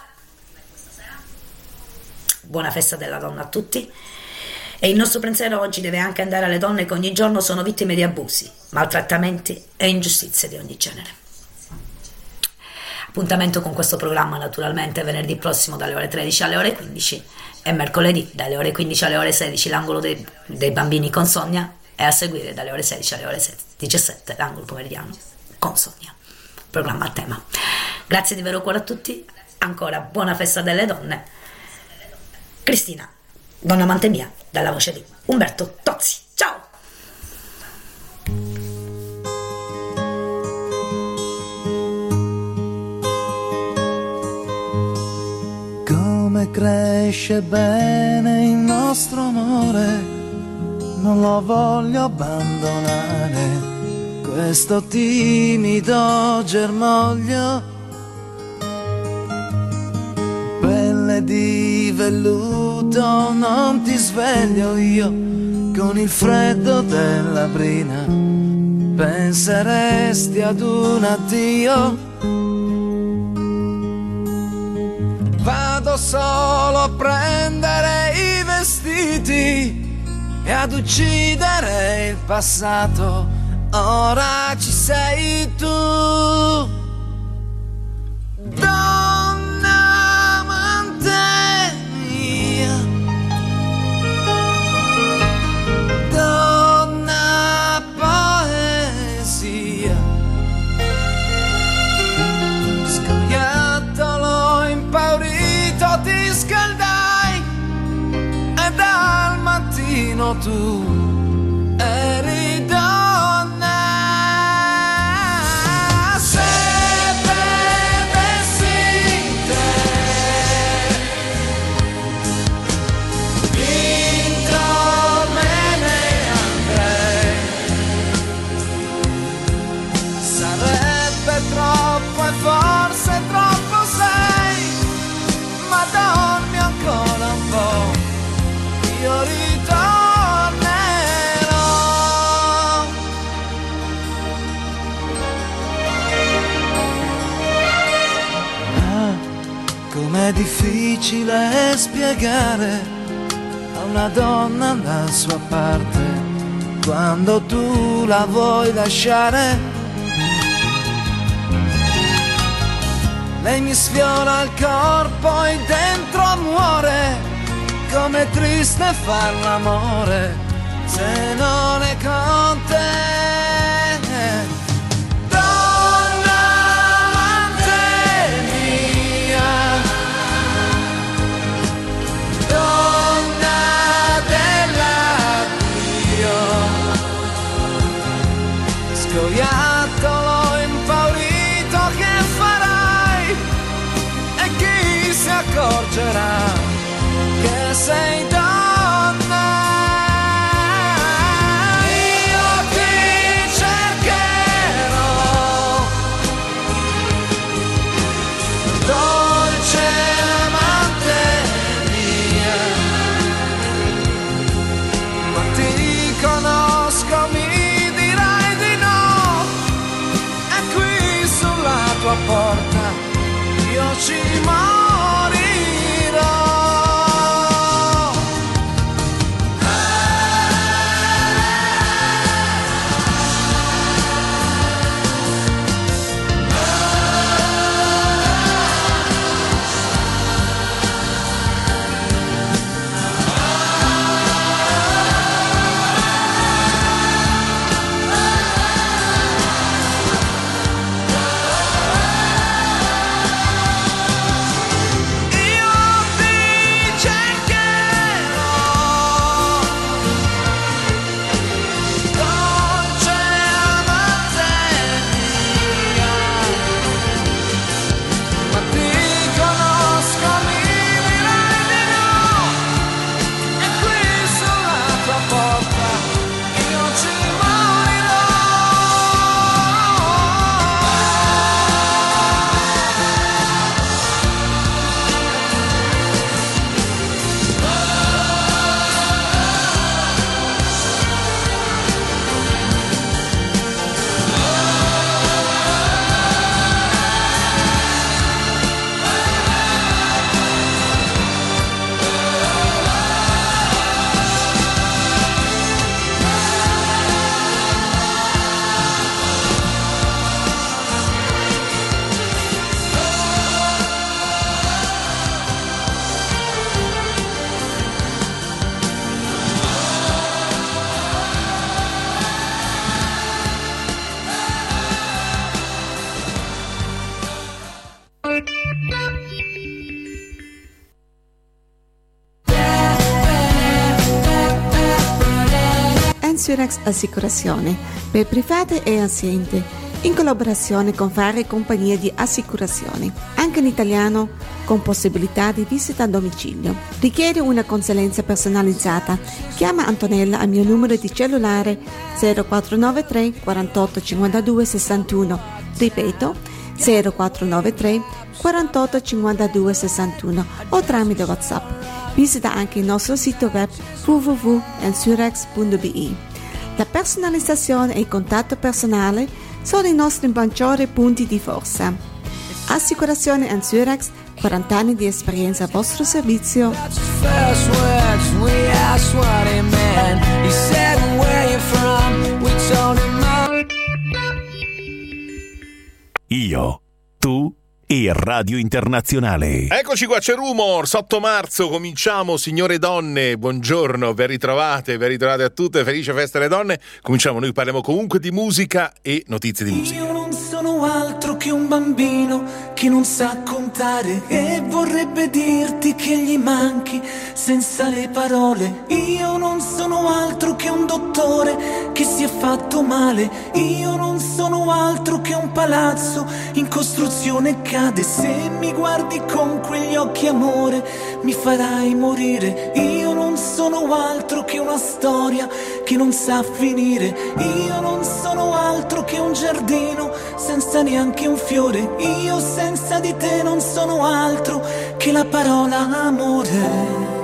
Buona festa della donna a tutti. E il nostro pensiero oggi deve anche andare alle donne che ogni giorno sono vittime di abusi, maltrattamenti e ingiustizie di ogni genere. Appuntamento con questo programma naturalmente venerdì prossimo dalle ore 13 alle ore 15 e mercoledì dalle ore 15 alle ore 16 l'angolo dei bambini con Sonia, e a seguire dalle ore 16 alle ore 17 l'angolo pomeridiano con Sonia, programma a tema. Grazie di vero cuore a tutti, ancora buona festa delle donne. Cristina, Donna amante mia, dalla voce di Umberto Tozzi. Ciao! Come cresce bene il nostro amore, non lo voglio abbandonare, questo timido germoglio, pelle di velluto, non ti sveglio io con il freddo della brina, penseresti ad un addio. Vado solo a prendere i vestiti e ad uccidere il passato, ora ci sei tu. Donna amante mia, donna poesia, scoiattolo impaurito ti scaldai e dal mattino tu eri donna. Se vedessi te dentro me ne andrei, sarebbe troppo e forse troppo sei, ma dormi ancora un po', io ritornerò. Ah, com'è difficile spiegare a una donna la sua parte quando tu la vuoi lasciare. Lei mi sfiora il corpo e dentro muore, com'è triste far l'amore se non è con te. Donna amante mia, donna dell'addio, scoiattolo impaurito, che farai? E chi si accorgerà che sei donna? Io ti cercherò, dolce amante mia, quando ti conosco mi dirai di no, e qui sulla tua porta io ci morirò. Ensurex Assicurazione per private e aziende, in collaborazione con varie compagnie di assicurazioni, anche in italiano, con possibilità di visita a domicilio. Richiede una consulenza personalizzata? Chiama Antonella al mio numero di cellulare 0493 48 52 61. Ripeto, 0493 48 52 61 o tramite WhatsApp. Visita anche il nostro sito web www.ensurex.be. La personalizzazione e il contatto personale sono i nostri maggiori punti di forza. Assicurazione Ensurex, 40 anni di esperienza a vostro servizio. Io, tu e Radio Internazionale. Eccoci qua, c'è Rumors, 8 marzo, cominciamo, signore e donne, buongiorno, ben ritrovate a tutte, felice festa alle donne. Cominciamo, noi parliamo comunque di musica e notizie di musica. Io non sono altro che un bambino che non sa contare e vorrebbe dirti che gli manchi senza le parole. Io non sono altro che un dottore che si è fatto male. Io non sono altro che un palazzo in costruzione cade. Se mi guardi con quegli occhi amore mi farai morire. Io non sono altro che una storia che non sa finire. Io non sono altro che un giardino senza neanche un fiore. Io senza di te non sono altro che la parola amore.